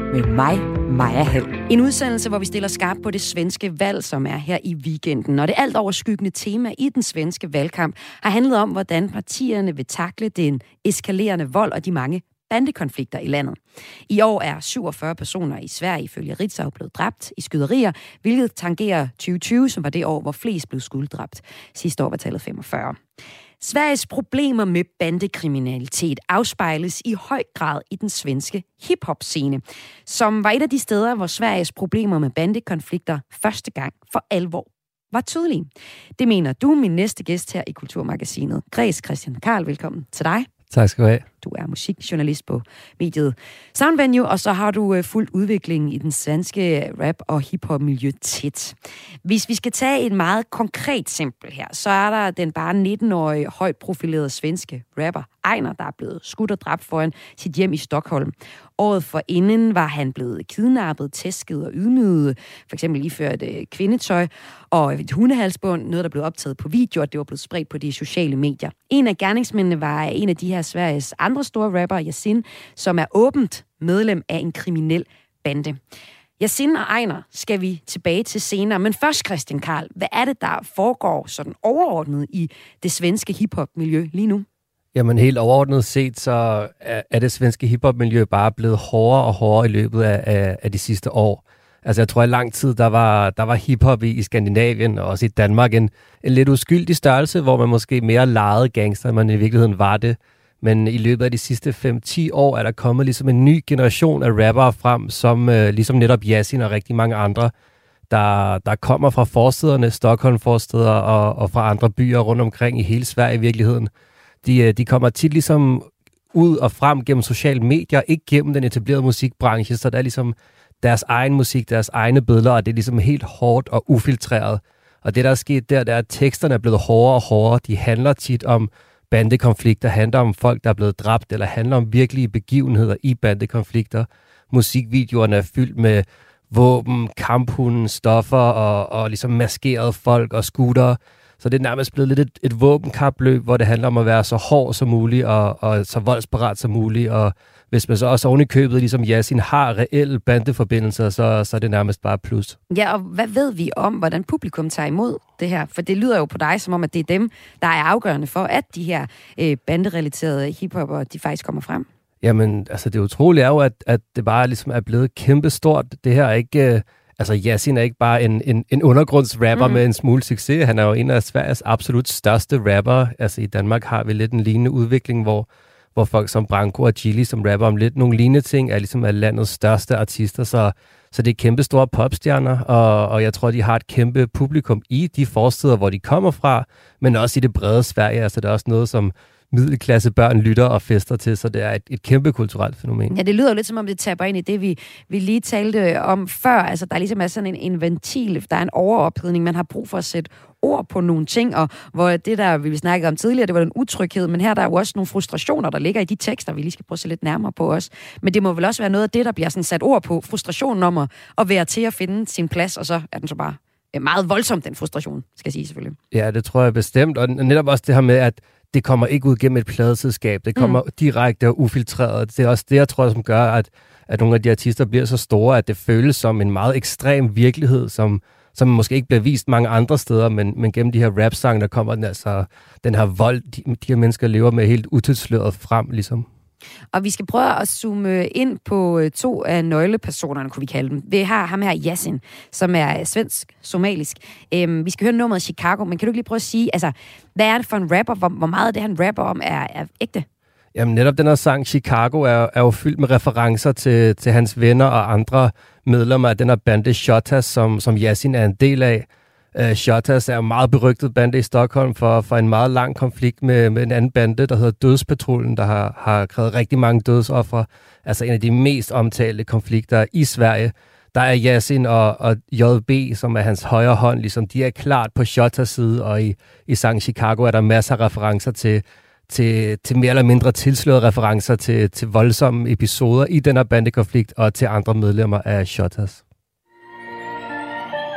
med mig, Maja Hall. En udsendelse, hvor vi stiller skarp på det svenske valg, som er her i weekenden. Og det alt overskyggende tema i den svenske valgkamp har handlet om, hvordan partierne vil takle den eskalerende vold og de mange bandekonflikter i landet. I år er syvogfyrre personer i Sverige ifølge Ritzau blevet dræbt i skyderier, hvilket tangerer tyve tyve, som var det år, hvor flest blev skuddrabt. Sidste år var tallet femogfyrre. Sveriges problemer med bandekriminalitet afspejles i høj grad i den svenske hiphop-scene, som var et af de steder, hvor Sveriges problemer med bandekonflikter første gang for alvor var tydelige. Det mener du, min næste gæst her i Kulturmagasinet. Græs Christian Karl, velkommen til dig. Tak skal du have. Du er musikjournalist på mediet Soundvenue, og så har du fulgt udviklingen i den svenske rap- og hiphop-miljø tæt. Hvis vi skal tage et meget konkret eksempel her, så er der den bare nitten-årige, højt profilerede svenske rapper Einar, der er blevet skudt og dræbt foran sit hjem i Stockholm. Året forinden var han blevet kidnappet, tæsket og ydmyget, for eksempel iført øh, kvindetøj og et hundehalsbånd, noget der blev optaget på video, og det var blevet spredt på de sociale medier. En af gerningsmændene var en af de her Sveriges andre store rapper, Yasin, som er åbent medlem af en kriminel bande. Yasin og Einar skal vi tilbage til senere, men først Christian Karl, hvad er det, der foregår sådan overordnet i det svenske hiphop-miljø lige nu? Jamen helt overordnet set, så er det svenske hiphop-miljø bare blevet hårdere og hårdere i løbet af, af, af de sidste år. Altså jeg tror i lang tid, der var, der var hiphop i, i Skandinavien og også i Danmark en, en lidt uskyldig størrelse, hvor man måske mere legede gangster, end man i virkeligheden var det. Men i løbet af de sidste fem til ti år er der kommet ligesom en ny generation af rappere frem, som øh, ligesom netop Yasin og rigtig mange andre, der, der kommer fra forstederne, Stockholm-forsteder og, og fra andre byer rundt omkring i hele Sverige i virkeligheden. De, de kommer tit ligesom ud og frem gennem sociale medier, ikke gennem den etablerede musikbranche, så der er ligesom deres egen musik, deres egne billeder, og det er ligesom helt hårdt og ufiltreret. Og det, der er sket der, det er, at teksterne er blevet hårdere og hårdere. De handler tit om bandekonflikter, handler om folk, der er blevet dræbt, eller handler om virkelige begivenheder i bandekonflikter. Musikvideoerne er fyldt med våben, kamphunde, stoffer og, og ligesom maskerede folk og scootere. Så det er nærmest blevet lidt et, et våbenkapløb, hvor det handler om at være så hård som muligt og, og så voldsparat som muligt. Og hvis man så også oven i købet, ligesom Yasin, har reelle bandeforbindelser, så, så er det nærmest bare plus. Ja, og hvad ved vi om, hvordan publikum tager imod det her? For det lyder jo på dig, som om, at det er dem, der er afgørende for, at de her øh, banderelaterede hiphopper, de faktisk kommer frem. Jamen, altså det utrolige er jo, at, at det bare ligesom er blevet kæmpestort. Det her er ikke... Øh, Altså, Yasin er ikke bare en, en, en undergrundsrapper mm. med en smule succes. Han er jo en af Sveriges absolut største rapper. Altså, i Danmark har vi lidt en lignende udvikling, hvor, hvor folk som Branko og Chili, som rapper om lidt nogle lignende ting, er ligesom af landets største artister. Så, så det er kæmpe store popstjerner, og, og jeg tror, de har et kæmpe publikum i de forsteder, hvor de kommer fra, men også i det brede Sverige. Altså, det er også noget, som middelklasse børn lytter og fester til, så det er et, et kæmpe kulturelt fænomen. Ja, det lyder jo lidt som om, det taber ind i det, vi, vi lige talte om før. Altså, der er ligesom er sådan en, en ventil, der er en overophedning, man har brug for at sætte ord på nogle ting, og hvor det der, vi snakkede om tidligere, det var en utryghed, men her der er jo også nogle frustrationer, der ligger i de tekster, vi lige skal prøve at se lidt nærmere på os. Men det må vel også være noget af det, der bliver sådan sat ord på, frustrationen om at, at være til at finde sin plads, og så er den så bare meget voldsom, den frustration, skal jeg sige selvfølgelig. Ja, det tror jeg bestemt, og netop også det her med, at det kommer ikke ud gennem et pladeselskab. Det kommer mm. direkte og ufiltreret. Det er også det, jeg tror, som gør, at, at nogle af de artister bliver så store, at det føles som en meget ekstrem virkelighed, som, som måske ikke bliver vist mange andre steder, men, men gennem de her rap-sange, der kommer den, altså, den her vold, de, de her mennesker lever med helt utilsløret frem, ligesom. Og vi skal prøve at zoome ind på to af nøglepersonerne, kunne vi kalde dem. Vi har ham her, Yasin, som er svensk-somalisk. Øhm, vi skal høre nummeret Chicago, men kan du ikke lige prøve at sige, altså, hvad er det for en rapper? Hvor, hvor meget af det, han rapper om, er, er ægte? Jamen netop den her sang, Chicago, er, er jo fyldt med referencer til, til hans venner og andre medlemmer af den her bande Shottaz, som, som Yasin er en del af. Uh, Shottaz er jo meget berygtet bande i Stockholm for, for en meget lang konflikt med, med en anden bande, der hedder Dødspatruljen, der har, har krævet rigtig mange dødsofre. Altså en af de mest omtalte konflikter i Sverige. Der er Yasin og, og J B, som er hans højre hånd, ligesom de er klart på Shottaz side, og i, i sangen Chicago er der masser af referencer til, til, til mere eller mindre tilslørede referencer til, til voldsomme episoder i den her bandekonflikt og til andre medlemmer af Shottaz.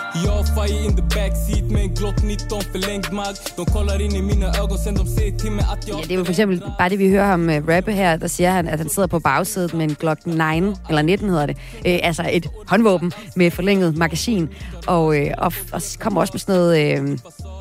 Jag och Faye in the backseat med en Glock nitton förlängd mag. De kollar in i mina ögon sen de säger till mig att jag... Ja, det er jo for eksempel bare det, vi hører ham uh, rappe her, der siger han, at han sidder på bagsædet med en Glock ni, eller nitten hedder det, øh, altså et håndvåben med forlænget magasin, og, øh, og, og kommer også med sådan noget, øh,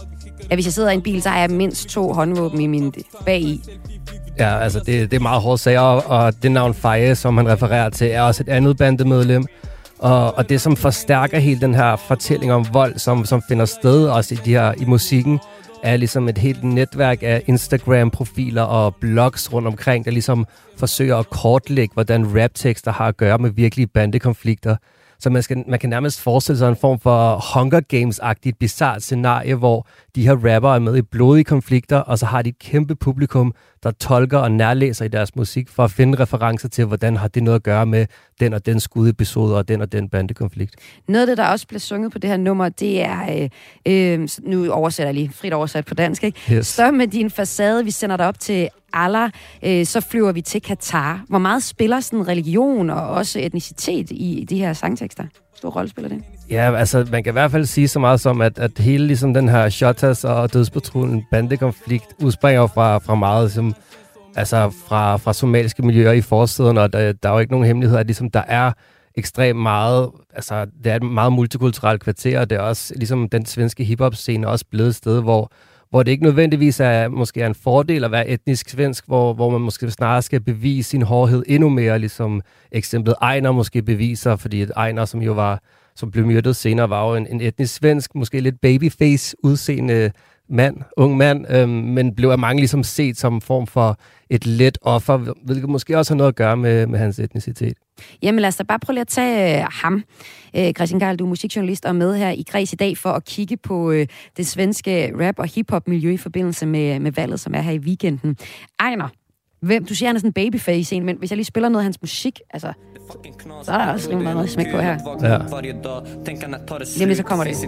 at hvis jeg sidder i en bil, så har jeg mindst to håndvåben i min bagi. Ja, altså det, det er meget hårdt sager, og det navn Faye, som han refererer til, er også et andet bandemedlem. Og, og det, som forstærker hele den her fortælling om vold, som, som finder sted også i, de her, i musikken, er ligesom et helt netværk af Instagram-profiler og blogs rundt omkring, der ligesom forsøger at kortlægge, hvordan raptekster har at gøre med virkelige bandekonflikter. Så man, skal, man kan nærmest forestille sig en form for Hunger Games-agtigt bizarrt scenarie, hvor de her rapper er med i blodige konflikter, og så har de et kæmpe publikum, der tolker og nærlæser i deres musik for at finde referencer til, hvordan har det noget at gøre med den og den skudepisode og den og den bandekonflikt. Noget af det, der også bliver sunget på det her nummer, det er, øh, øh, nu oversætter jeg lige, frit oversat på dansk, ikke? Yes. Stop med din facade, vi sender dig op til Allah, øh, så flyver vi til Katar. Hvor meget spiller sådan religion og også etnicitet i de her sangtekster? Stor rolle spiller det? Ja, altså man kan i hvert fald sige så meget som, at, at hele ligesom den her Shottaz og Dødspatruljen bandekonflikt udspringer fra, fra meget som, altså fra, fra somaliske miljøer i forstederne, og der, der er jo ikke nogen hemmelighed, at ligesom der er ekstremt meget, altså det er et meget multikulturelt kvarter, og det er også ligesom den svenske hiphop-scene også blevet et sted, hvor hvor det ikke nødvendigvis er, måske er en fordel at være etnisk svensk, hvor, hvor man måske snarere skal bevise sin hårdhed endnu mere, ligesom eksemplet Einar måske beviser, fordi Einar, som jo var, som blev myrdet senere, var jo en, en etnisk svensk, måske lidt babyface udseende mand, ung mand, øhm, men blev af mange ligesom set som en form for et let offer, hvilket måske også har noget at gøre med, med hans etnicitet. Jamen lad os da bare prøve at tage øh, ham. Øh, Christian Karl, du er musikjournalist og er med her i Græs i dag for at kigge på øh, det svenske rap- og hiphop-miljø i forbindelse med, med valget, som er her i weekenden. Einar, hvem, du siger, han er sådan en babyface, men hvis jeg lige spiller noget af hans musik, altså, så er der også rimelig meget smæk på her. Ja. Jamen, så kommer det.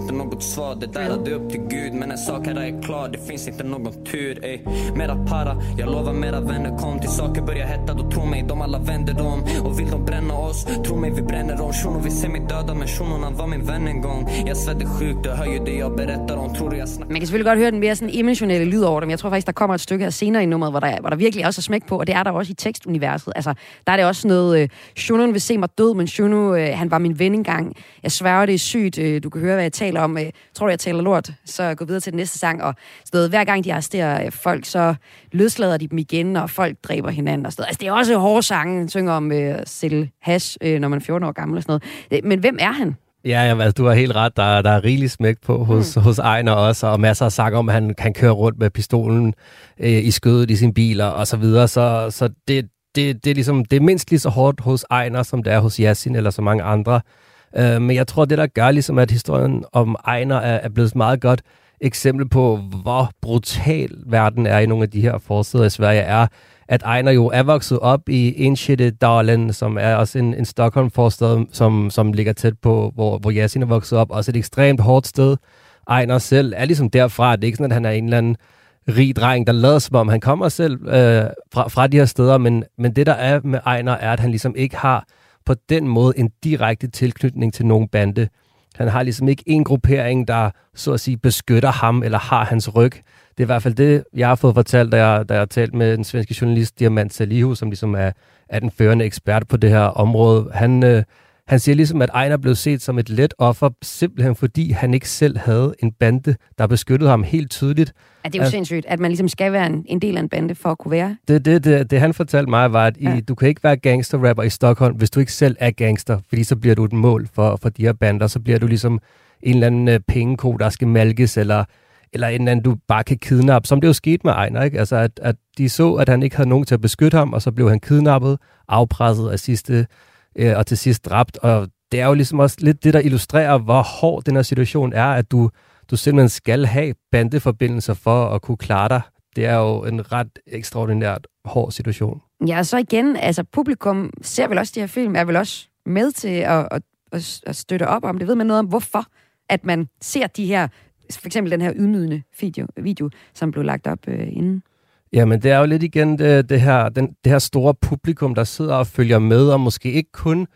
Man kan selvfølgelig godt høre den mere sådan emotionelle lyd over dem. Jeg tror faktisk, der kommer et stykke her senere i nummeret, hvor der, hvor der virkelig også er smæk på, og det er der også i tekstuniverset. Altså, der er det også noget, øh, Shunon vil se mig død, men Shuno, øh, han var min ven engang. Jeg sværger, det er sygt. Øh, du kan høre, hvad jeg taler om. Øh, tror du, jeg taler lort? Så gå videre til den næste sang. Og sådan, hver gang de arresterer folk, så løslader de dem igen, og folk dræber hinanden. Og sådan. Altså, det er også hårde sange. Han synger om øh, at sælge hash, øh, når man er fjorten år gammel og sådan noget. Men hvem er han? Ja, ja, altså, du har helt ret. Der, der er rigeligt smæk på hos, mm. hos Einar også, og masser af sang om, at han kan køre rundt med pistolen øh, i skødet i sine biler og så videre. Så, så det, det, det, er ligesom, det er mindst lige så hårdt hos Einar, som det er hos Yasin eller så mange andre. Øh, men jeg tror, det der gør, ligesom, at historien om Einar er, er blevet et meget godt eksempel på, hvor brutal verden er i nogle af de her forsider i Sverige, er, at Einar jo er vokset op i Enskede-dalen, som er også en, en Stockholm-forstad, som, som ligger tæt på, hvor, hvor Yasin er vokset op. Også et ekstremt hårdt sted. Einar selv er ligesom derfra. Det er ikke sådan, at han er en eller anden rig dreng, der lader som om han kommer selv øh, fra, fra de her steder, men, men det, der er med Einar, er, at han ligesom ikke har på den måde en direkte tilknytning til nogen bande. Han har ligesom ikke en gruppering, der så at sige beskytter ham eller har hans ryg. Det er i hvert fald det, jeg har fået fortalt, da jeg, da jeg har talt med den svenske journalist Diamant Salihu, som ligesom er, er den førende ekspert på det her område. Han, øh, han siger ligesom, at Einar blev set som et let offer, simpelthen fordi han ikke selv havde en bande, der beskyttede ham helt tydeligt. Ja, det er jo at, sindssygt, at man ligesom skal være en, en del af en bande for at kunne være. Det, det, det, det han fortalte mig, var, at I, ja. du kan ikke være gangsterrapper i Stockholm, hvis du ikke selv er gangster, fordi så bliver du et mål for, for de her bander. Så bliver du ligesom en eller anden uh, pengeko, der skal malkes, eller eller en eller anden, du bare kan kidnappe, som det jo skete med Einar, ikke? Altså, at, at de så, at han ikke havde nogen til at beskytte ham, og så blev han kidnappet, afpresset af sidste, øh, og til sidst dræbt. Og det er jo ligesom også lidt det, der illustrerer, hvor hård den her situation er, at du, du simpelthen skal have bandeforbindelser for at kunne klare dig. Det er jo en ret ekstraordinært hård situation. Ja, og så igen, altså publikum ser vel også de her film, er vel også med til at, at, at, at støtte op om det. Ved man noget om, hvorfor at man ser de her, for eksempel den her ydmygende video, video som blev lagt op øh, inden? Jamen, det er jo lidt igen det, det, her, den, det her store publikum, der sidder og følger med, og måske ikke kun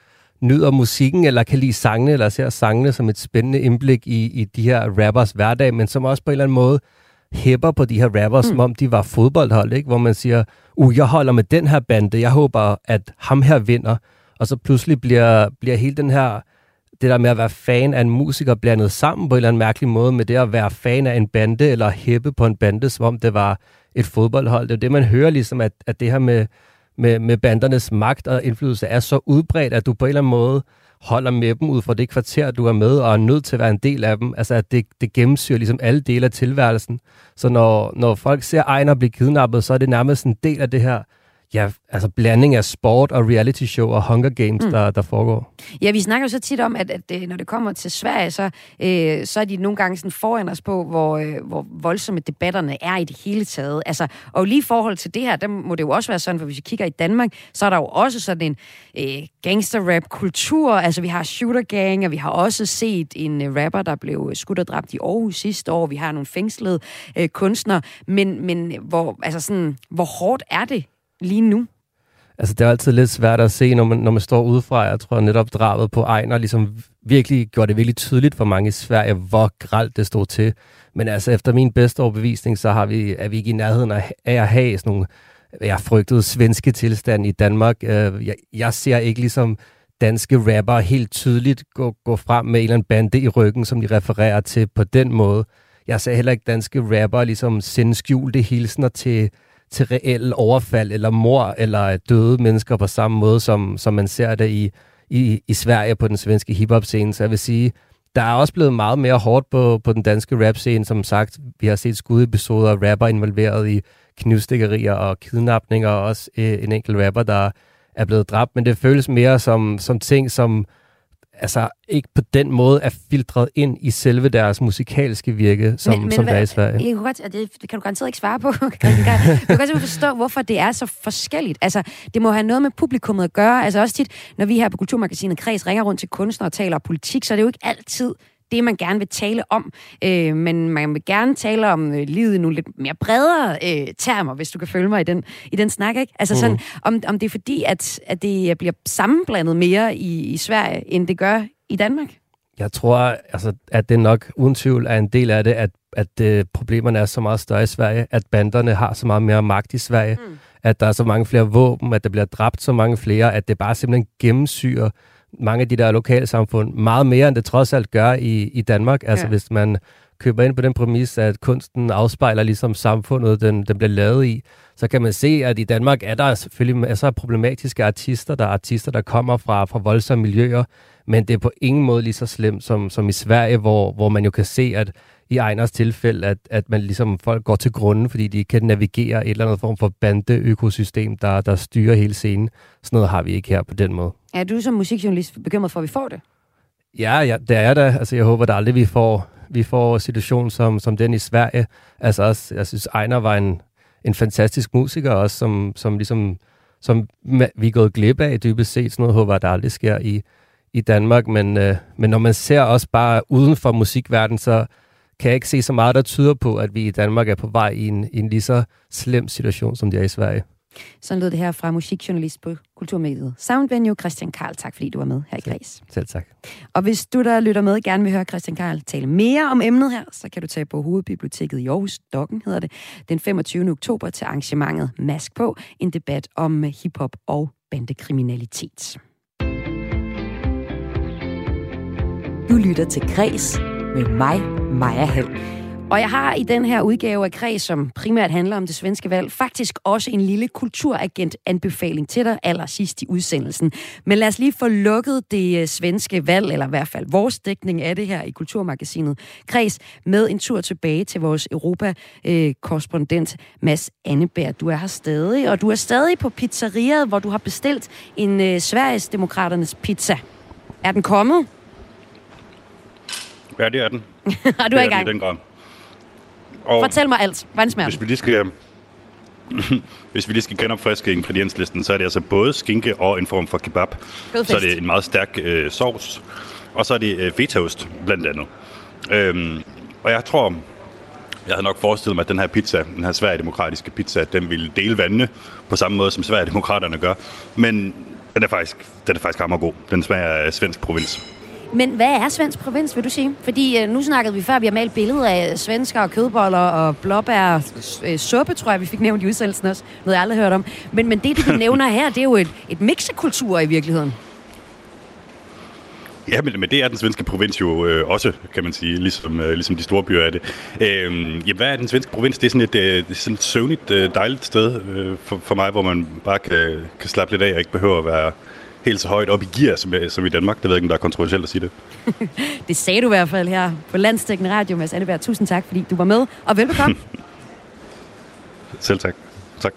nyder musikken, eller kan lide sangene, eller ser sangene som et spændende indblik i, i de her rappers hverdag, men som også på en eller anden måde hæpper på de her rappers, mm. som om de var fodboldhold, ikke? Hvor man siger, uh, jeg holder med den her bande, jeg håber, at ham her vinder, og så pludselig bliver, bliver hele den her, det der med at være fan af en musiker blandet sammen på en eller anden mærkelig måde, med det at være fan af en bande, eller hæppe på en bande, som om det var et fodboldhold. Det er det, man hører ligesom, at, at det her med, med, med bandernes magt og indflydelse er så udbredt, at du på en eller anden måde holder med dem ud fra det kvarter, du er med, og er nødt til at være en del af dem. Altså, at det, det gennemsyrer ligesom alle dele af tilværelsen. Så når, når folk ser Einar blive kidnappet, så er det nærmest en del af det her, ja, altså blanding af sport og reality show og Hunger Games, mm. der, der foregår. Ja, vi snakker jo så tit om, at, at når det kommer til Sverige, så, øh, så er de nogle gange sådan foran os på, hvor, øh, hvor voldsomme debatterne er i det hele taget. Altså, og lige i forhold til det her, der må det jo også være sådan, for hvis vi kigger i Danmark, så er der jo også sådan en øh, gangster-rap-kultur. Altså, vi har Shooter Gang, og vi har også set en øh, rapper, der blev skudt og dræbt i Aarhus sidste år. Vi har nogle fængslede øh, kunstnere. Men, men hvor, altså sådan, hvor hårdt er det lige nu? Altså, det er altid lidt svært at se, når man, når man står udefra. Jeg tror netop drabet på Einar ligesom virkelig gjorde det virkelig tydeligt for mange i Sverige, hvor grelt det stod til. Men altså, efter min bedste overbevisning, så har vi, er vi ikke i nærheden af at have sådan nogle, jeg frygtede svenske tilstand i Danmark. Jeg, jeg ser ikke ligesom danske rapper helt tydeligt gå, gå frem med en eller anden bande i ryggen, som de refererer til på den måde. Jeg ser heller ikke danske rapper ligesom sende skjulte hilsner til til reelle overfald eller mord eller døde mennesker på samme måde, som, som man ser det i, i, i Sverige på den svenske hiphop-scene. Så jeg vil sige, der er også blevet meget mere hårdt på, på den danske rap-scene. Som sagt, vi har set skudepisoder af rapper involveret i knivstikkerier og kidnapninger, og også øh, en enkelt rapper, der er blevet dræbt. Men det føles mere som, som ting, som altså ikke på den måde er filtreret ind i selve deres musikalske virke, som, men, men som hvad, der er i Sverige. Jeg kunne godt, det, det kan du garanteret ikke svare på. Jeg kan godt forstå, hvorfor det er så forskelligt. Altså, det må have noget med publikummet at gøre. Altså også tit, når vi her på Kulturmagasinet Kreds ringer rundt til kunstnere og taler politik, så er det jo ikke altid det, man gerne vil tale om. Øh, men man vil gerne tale om øh, livet i nogle lidt mere bredere øh, termer, hvis du kan følge mig i den, i den snak, ikke? Altså sådan, uh. om, om det er fordi, at, at det bliver sammenblandet mere i, i Sverige, end det gør i Danmark? Jeg tror, altså, at det nok uden tvivl er en del af det, at, at øh, problemerne er så meget større i Sverige, at banderne har så meget mere magt i Sverige, mm. at der er så mange flere våben, at der bliver dræbt så mange flere, at det bare simpelthen gennemsyrer mange af de der lokale samfund meget mere, end det trods alt gør i, i Danmark. Altså ja. Hvis man køber ind på den præmis, at kunsten afspejler ligesom samfundet, den, den bliver lavet i, så kan man se, at i Danmark er der selvfølgelig masser af problematiske artister. Der er artister, der kommer fra, fra voldsomme miljøer, men det er på ingen måde lige så slemt som, som i Sverige, hvor, hvor man jo kan se, at i Einars tilfælde, at, at man ligesom folk går til grunden, fordi de kan navigere et eller andet form for bande-økosystem, der, der styrer hele scenen. Sådan noget har vi ikke her på den måde. Er du som musikjournalist bekymret for, at vi får det? Ja, ja, det er der. Altså, jeg håber da aldrig, vi får, vi får situation som, som den i Sverige. Altså også, jeg synes, Einar var en, en fantastisk musiker også, som, som ligesom, som vi er gået glip af dybest set. Sådan noget håber jeg, der aldrig sker i, i Danmark. Men, øh, men når man ser også bare uden for musikverdenen, så kan jeg ikke se så meget, der tyder på, at vi i Danmark er på vej i en, i en lige så slem situation, som det er i Sverige. Sådan lød det her fra musikjournalist på Kulturmediet Soundvenue, Christian Karl. Tak fordi du var med her i Kreds. Selv tak. Og hvis du, der lytter med, gerne vil høre Christian Karl tale mere om emnet her, så kan du tage på Hovedbiblioteket i Aarhus, Dokken hedder det, den femogtyvende oktober til arrangementet Mask på, en debat om hiphop og bandekriminalitet. Du lytter til Kreds med mig, Maja Hall. Og jeg har i den her udgave af Kreds, som primært handler om det svenske valg, faktisk også en lille kulturagent-anbefaling til dig allersidst i udsendelsen. Men lad os lige få lukket det svenske valg, eller i hvert fald vores dækning af det her i Kulturmagasinet Kreds, med en tur tilbage til vores Europa-korrespondent Mads Anneberg. Du er her stadig, og du er stadig på pizzeriet, hvor du har bestilt en uh, Sveriges Demokraternes pizza. Er den kommet? Ja, det er den. Og du er i gang. Den grad. Og fortæl mig alt. Hvordan smager hvis vi lige skal, hvis vi lige skal genopfriske ingredienslisten, så er det altså både skinke og en form for kebab. Godfest. Så er det en meget stærk øh, sovs, og så er det øh, fetaost blandt andet. Øhm, og jeg tror, jeg havde nok forestillet mig, at den her pizza, den her sverigedemokratiske pizza, den ville dele vandene på samme måde, som Sverigedemokraterne gør. Men Den er faktisk, den er faktisk hammergod. Den smager af svensk provins. Men hvad er svensk provins, vil du sige? Fordi øh, nu snakkede vi før, vi har malet billeder af svensker og kødboller og blåbær øh, suppe, tror jeg, vi fik nævnt i udsendelsen også. Noget jeg aldrig hørt om. Men, men det, du nævner her, det er jo et, et mixekultur i virkeligheden. Ja, men, men det er den svenske provins jo øh, også, kan man sige, ligesom, øh, ligesom de store byer er det. Øh, ja, hvad er den svenske provins? Det er sådan et, øh, det er sådan et søvnigt, øh, dejligt sted øh, for, for mig, hvor man bare kan, kan slappe lidt af og ikke behøver at være helt så højt op i gear, som, som i Danmark. Det ved jeg ikke, om der er kontroversielt at sige det. Det sagde du i hvert fald her på Landsdækkende Radio, Mads Anneberg. Tusind tak, fordi du var med, og velbekomme. Selv tak. Tak.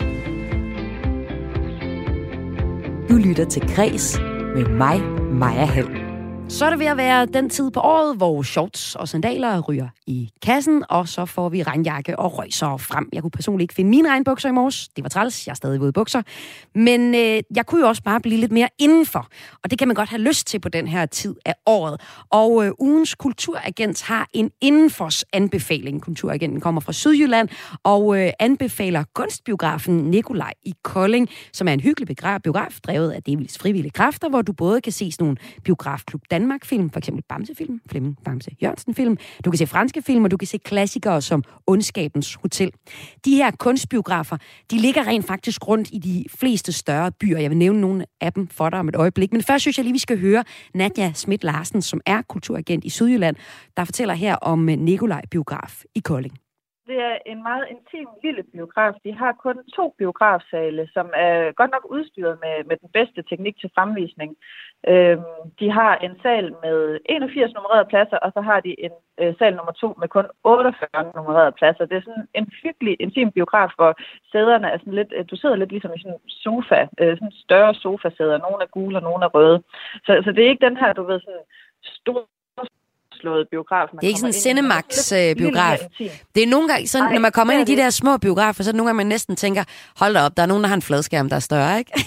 Du lytter til Græs med mig, Maja Hall. Så er det ved at være den tid på året, hvor shorts og sandaler ryger i kassen, og så får vi regnjakke og røjser frem. Jeg kunne personligt ikke finde mine regnbukser i morges. Det var træls, jeg er stadig våde bukser. Men øh, jeg kunne jo også bare blive lidt mere indenfor, og det kan man godt have lyst til på den her tid af året. Og øh, ugens kulturagent har en indenfors anbefaling. Kulturagenten kommer fra Sydjylland og øh, anbefaler kunstbiografen Nikolaj i Kolding, som er en hyggelig biograf, drevet af delvis frivillige kræfter, hvor du både kan se sådan nogle biografklub Danmark-film, for eksempel Bamse-film, Flemming Bamse Jørgensen-film. Du kan se franske film, og du kan se klassikere som Ondskabens Hotel. De her kunstbiografer, de ligger rent faktisk rundt i de fleste større byer. Jeg vil nævne nogle af dem for dig om et øjeblik. Men først synes jeg lige, vi skal høre Nadja Schmidt Larsen, som er kulturagent i Sydjylland, der fortæller her om Nikolaj Biograf i Kolding. Det er en meget intim lille biograf. De har kun to biografsale, som er godt nok udstyret med, med den bedste teknik til fremvisning. Øhm, de har en sal med enogfirs nummererede pladser, og så har de en øh, sal nummer to med kun otteogfyrre nummererede pladser. Det er sådan en hyggelig intim biograf, hvor sæderne er sådan lidt, du sidder lidt ligesom i sådan en sofa, øh, sådan en større sofasæder. Nogle er gule, og nogle er røde. Så, så det er ikke den her, du ved, sådan stor biograf. Man det er ikke sådan en Cinemax-biograf. Det er nogle gange, sådan, Ej, når man kommer ind i de der små biografer, så er det nogle gange, man næsten tænker, hold da op, der er nogen, der har en fladskærm, der er større, ikke?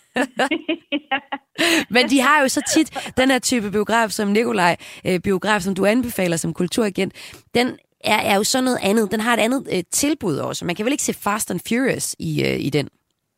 Men de har jo så tit den her type biograf, som Nikolaj, øh, biograf, som du anbefaler som kulturagent, den er, er jo sådan noget andet. Den har et andet øh, tilbud også. Man kan vel ikke se Fast and Furious i, øh, i den?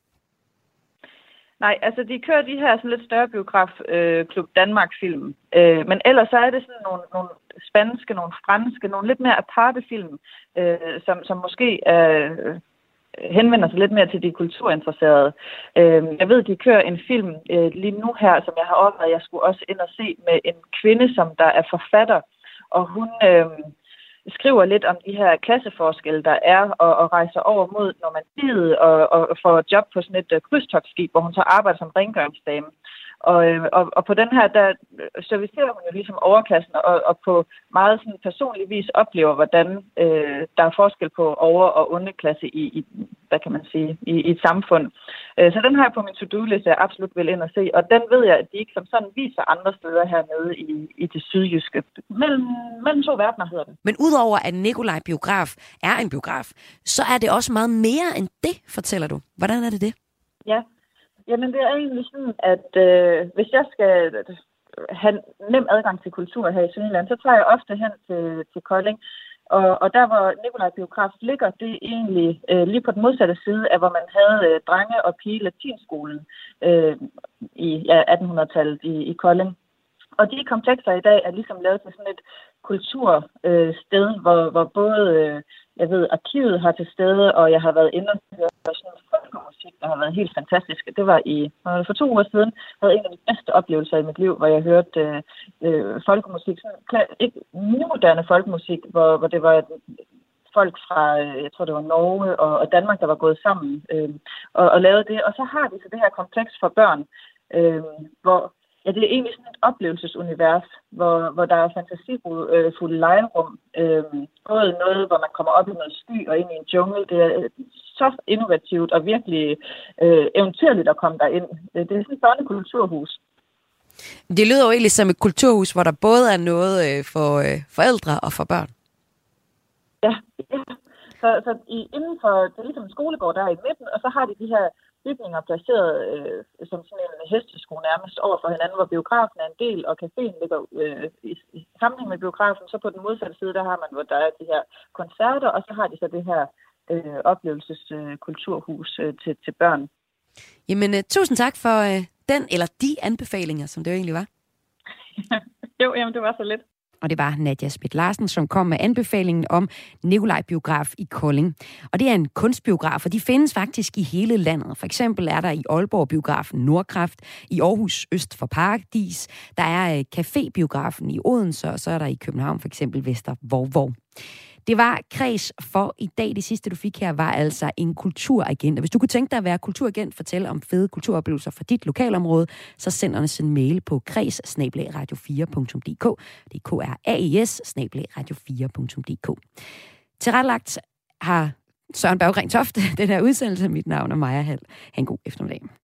Nej, altså de kører de her sådan lidt større biograf øh, Klub Danmark-film. Øh, men ellers så er det sådan nogle, nogle spanske, nogle franske, nogle lidt mere aparte film, øh, som, som måske øh, henvender sig lidt mere til de kulturinteresserede. Øh, jeg ved, de kører en film øh, lige nu her, som jeg har overvejet, jeg skulle også ind og se med en kvinde, som der er forfatter, og hun Øh, skriver lidt om de her klasseforskelle, der er, og, og rejser over mod Normandiet og, og får job på sådan et uh, krydstogtskib, hvor hun så arbejder som rengøringsdame. Og, og, og på den her, der servicerer hun jo ligesom overklassen, og, og på meget sådan personlig vis oplever, hvordan øh, der er forskel på over- og underklasse i, i, hvad kan man sige, i, i et samfund. Øh, så den har jeg på min to-do-liste, jeg absolut vil ind og se, og den ved jeg, at de ikke som sådan viser andre steder hernede i, i det sydjyske. Mellem, mellem to verdener hedder det. Men udover at Nikolaj Biograf er en biograf, så er det også meget mere end det, fortæller du. Hvordan er det det? Ja. Jamen, det er egentlig sådan, at øh, hvis jeg skal have nem adgang til kultur her i Sydjylland, så tager jeg ofte hen til, til Kolding. Og, og der, hvor Nikolaj Biograf ligger, det er egentlig øh, lige på den modsatte side af, hvor man havde øh, drenge- og pige-latinskolen øh, i ja, attenhundredetallet i, i Kolding. Og de komplekser i dag er ligesom lavet til sådan et kultursted, øh, hvor, hvor både, øh, jeg ved, arkivet har til stede, og jeg har været inde og hørt sådan folkemusik, der har været helt fantastisk. Det var i, for to uger siden, havde en af de bedste oplevelser i mit liv, hvor jeg hørte øh, øh, folkemusik, sådan, ikke nymoderne folkemusik, hvor, hvor det var folk fra, jeg tror det var Norge og, og Danmark, der var gået sammen øh, og, og lavet det. Og så har de så det her kompleks for børn, øh, hvor ja, det er egentlig sådan et oplevelsesunivers, hvor, hvor der er fantasifulde legerum. Øh, både noget, hvor man kommer op i noget sky og ind i en jungle. Det er så innovativt og virkelig øh, eventyrligt at komme derind. Det er sådan et børnekulturhus. Det lyder jo egentlig som et kulturhus, hvor der både er noget øh, for øh, forældre og for børn. Ja, ja. Så, så i, inden for, det er ligesom en skolegård, der er i midten, og så har de de her bygninger placeret øh, som sådan en hestesko nærmest over for hinanden, hvor biografen er en del, og caféen ligger øh, i, i sammenhæng med biografen. Så på den modsatte side, der har man, hvor der er de her koncerter, og så har de så det her øh, oplevelseskulturhus øh, øh, til, til børn. Jamen, uh, tusind tak for uh, den eller de anbefalinger, som det jo egentlig var? Jo, jamen det var så lidt. Og det var Nadia Schmidt Larsen, som kom med anbefalingen om Nikolaj Biograf i Kolding. Og det er en kunstbiograf, og de findes faktisk i hele landet. For eksempel er der i Aalborg biografen Nordkraft, i Aarhus øst for Paradis, der er Café-biografen i Odense, og så er der i København for eksempel Vester Vorvor. Det var Kreds for i dag. Det sidste, du fik her, var altså en kulturagent. Og hvis du kunne tænke dig at være kulturagent, fortælle om fede kulturoplevelser fra dit lokalområde, så send os en mail på kreds bindestreg radio fire punktum d k. Det er k r a e s bindestreg radio fire punktum d k. Tilrettelagt har Søren Berggren Toft den her udsendelse. Mit navn er Maja Hall. Ha' en god eftermiddag.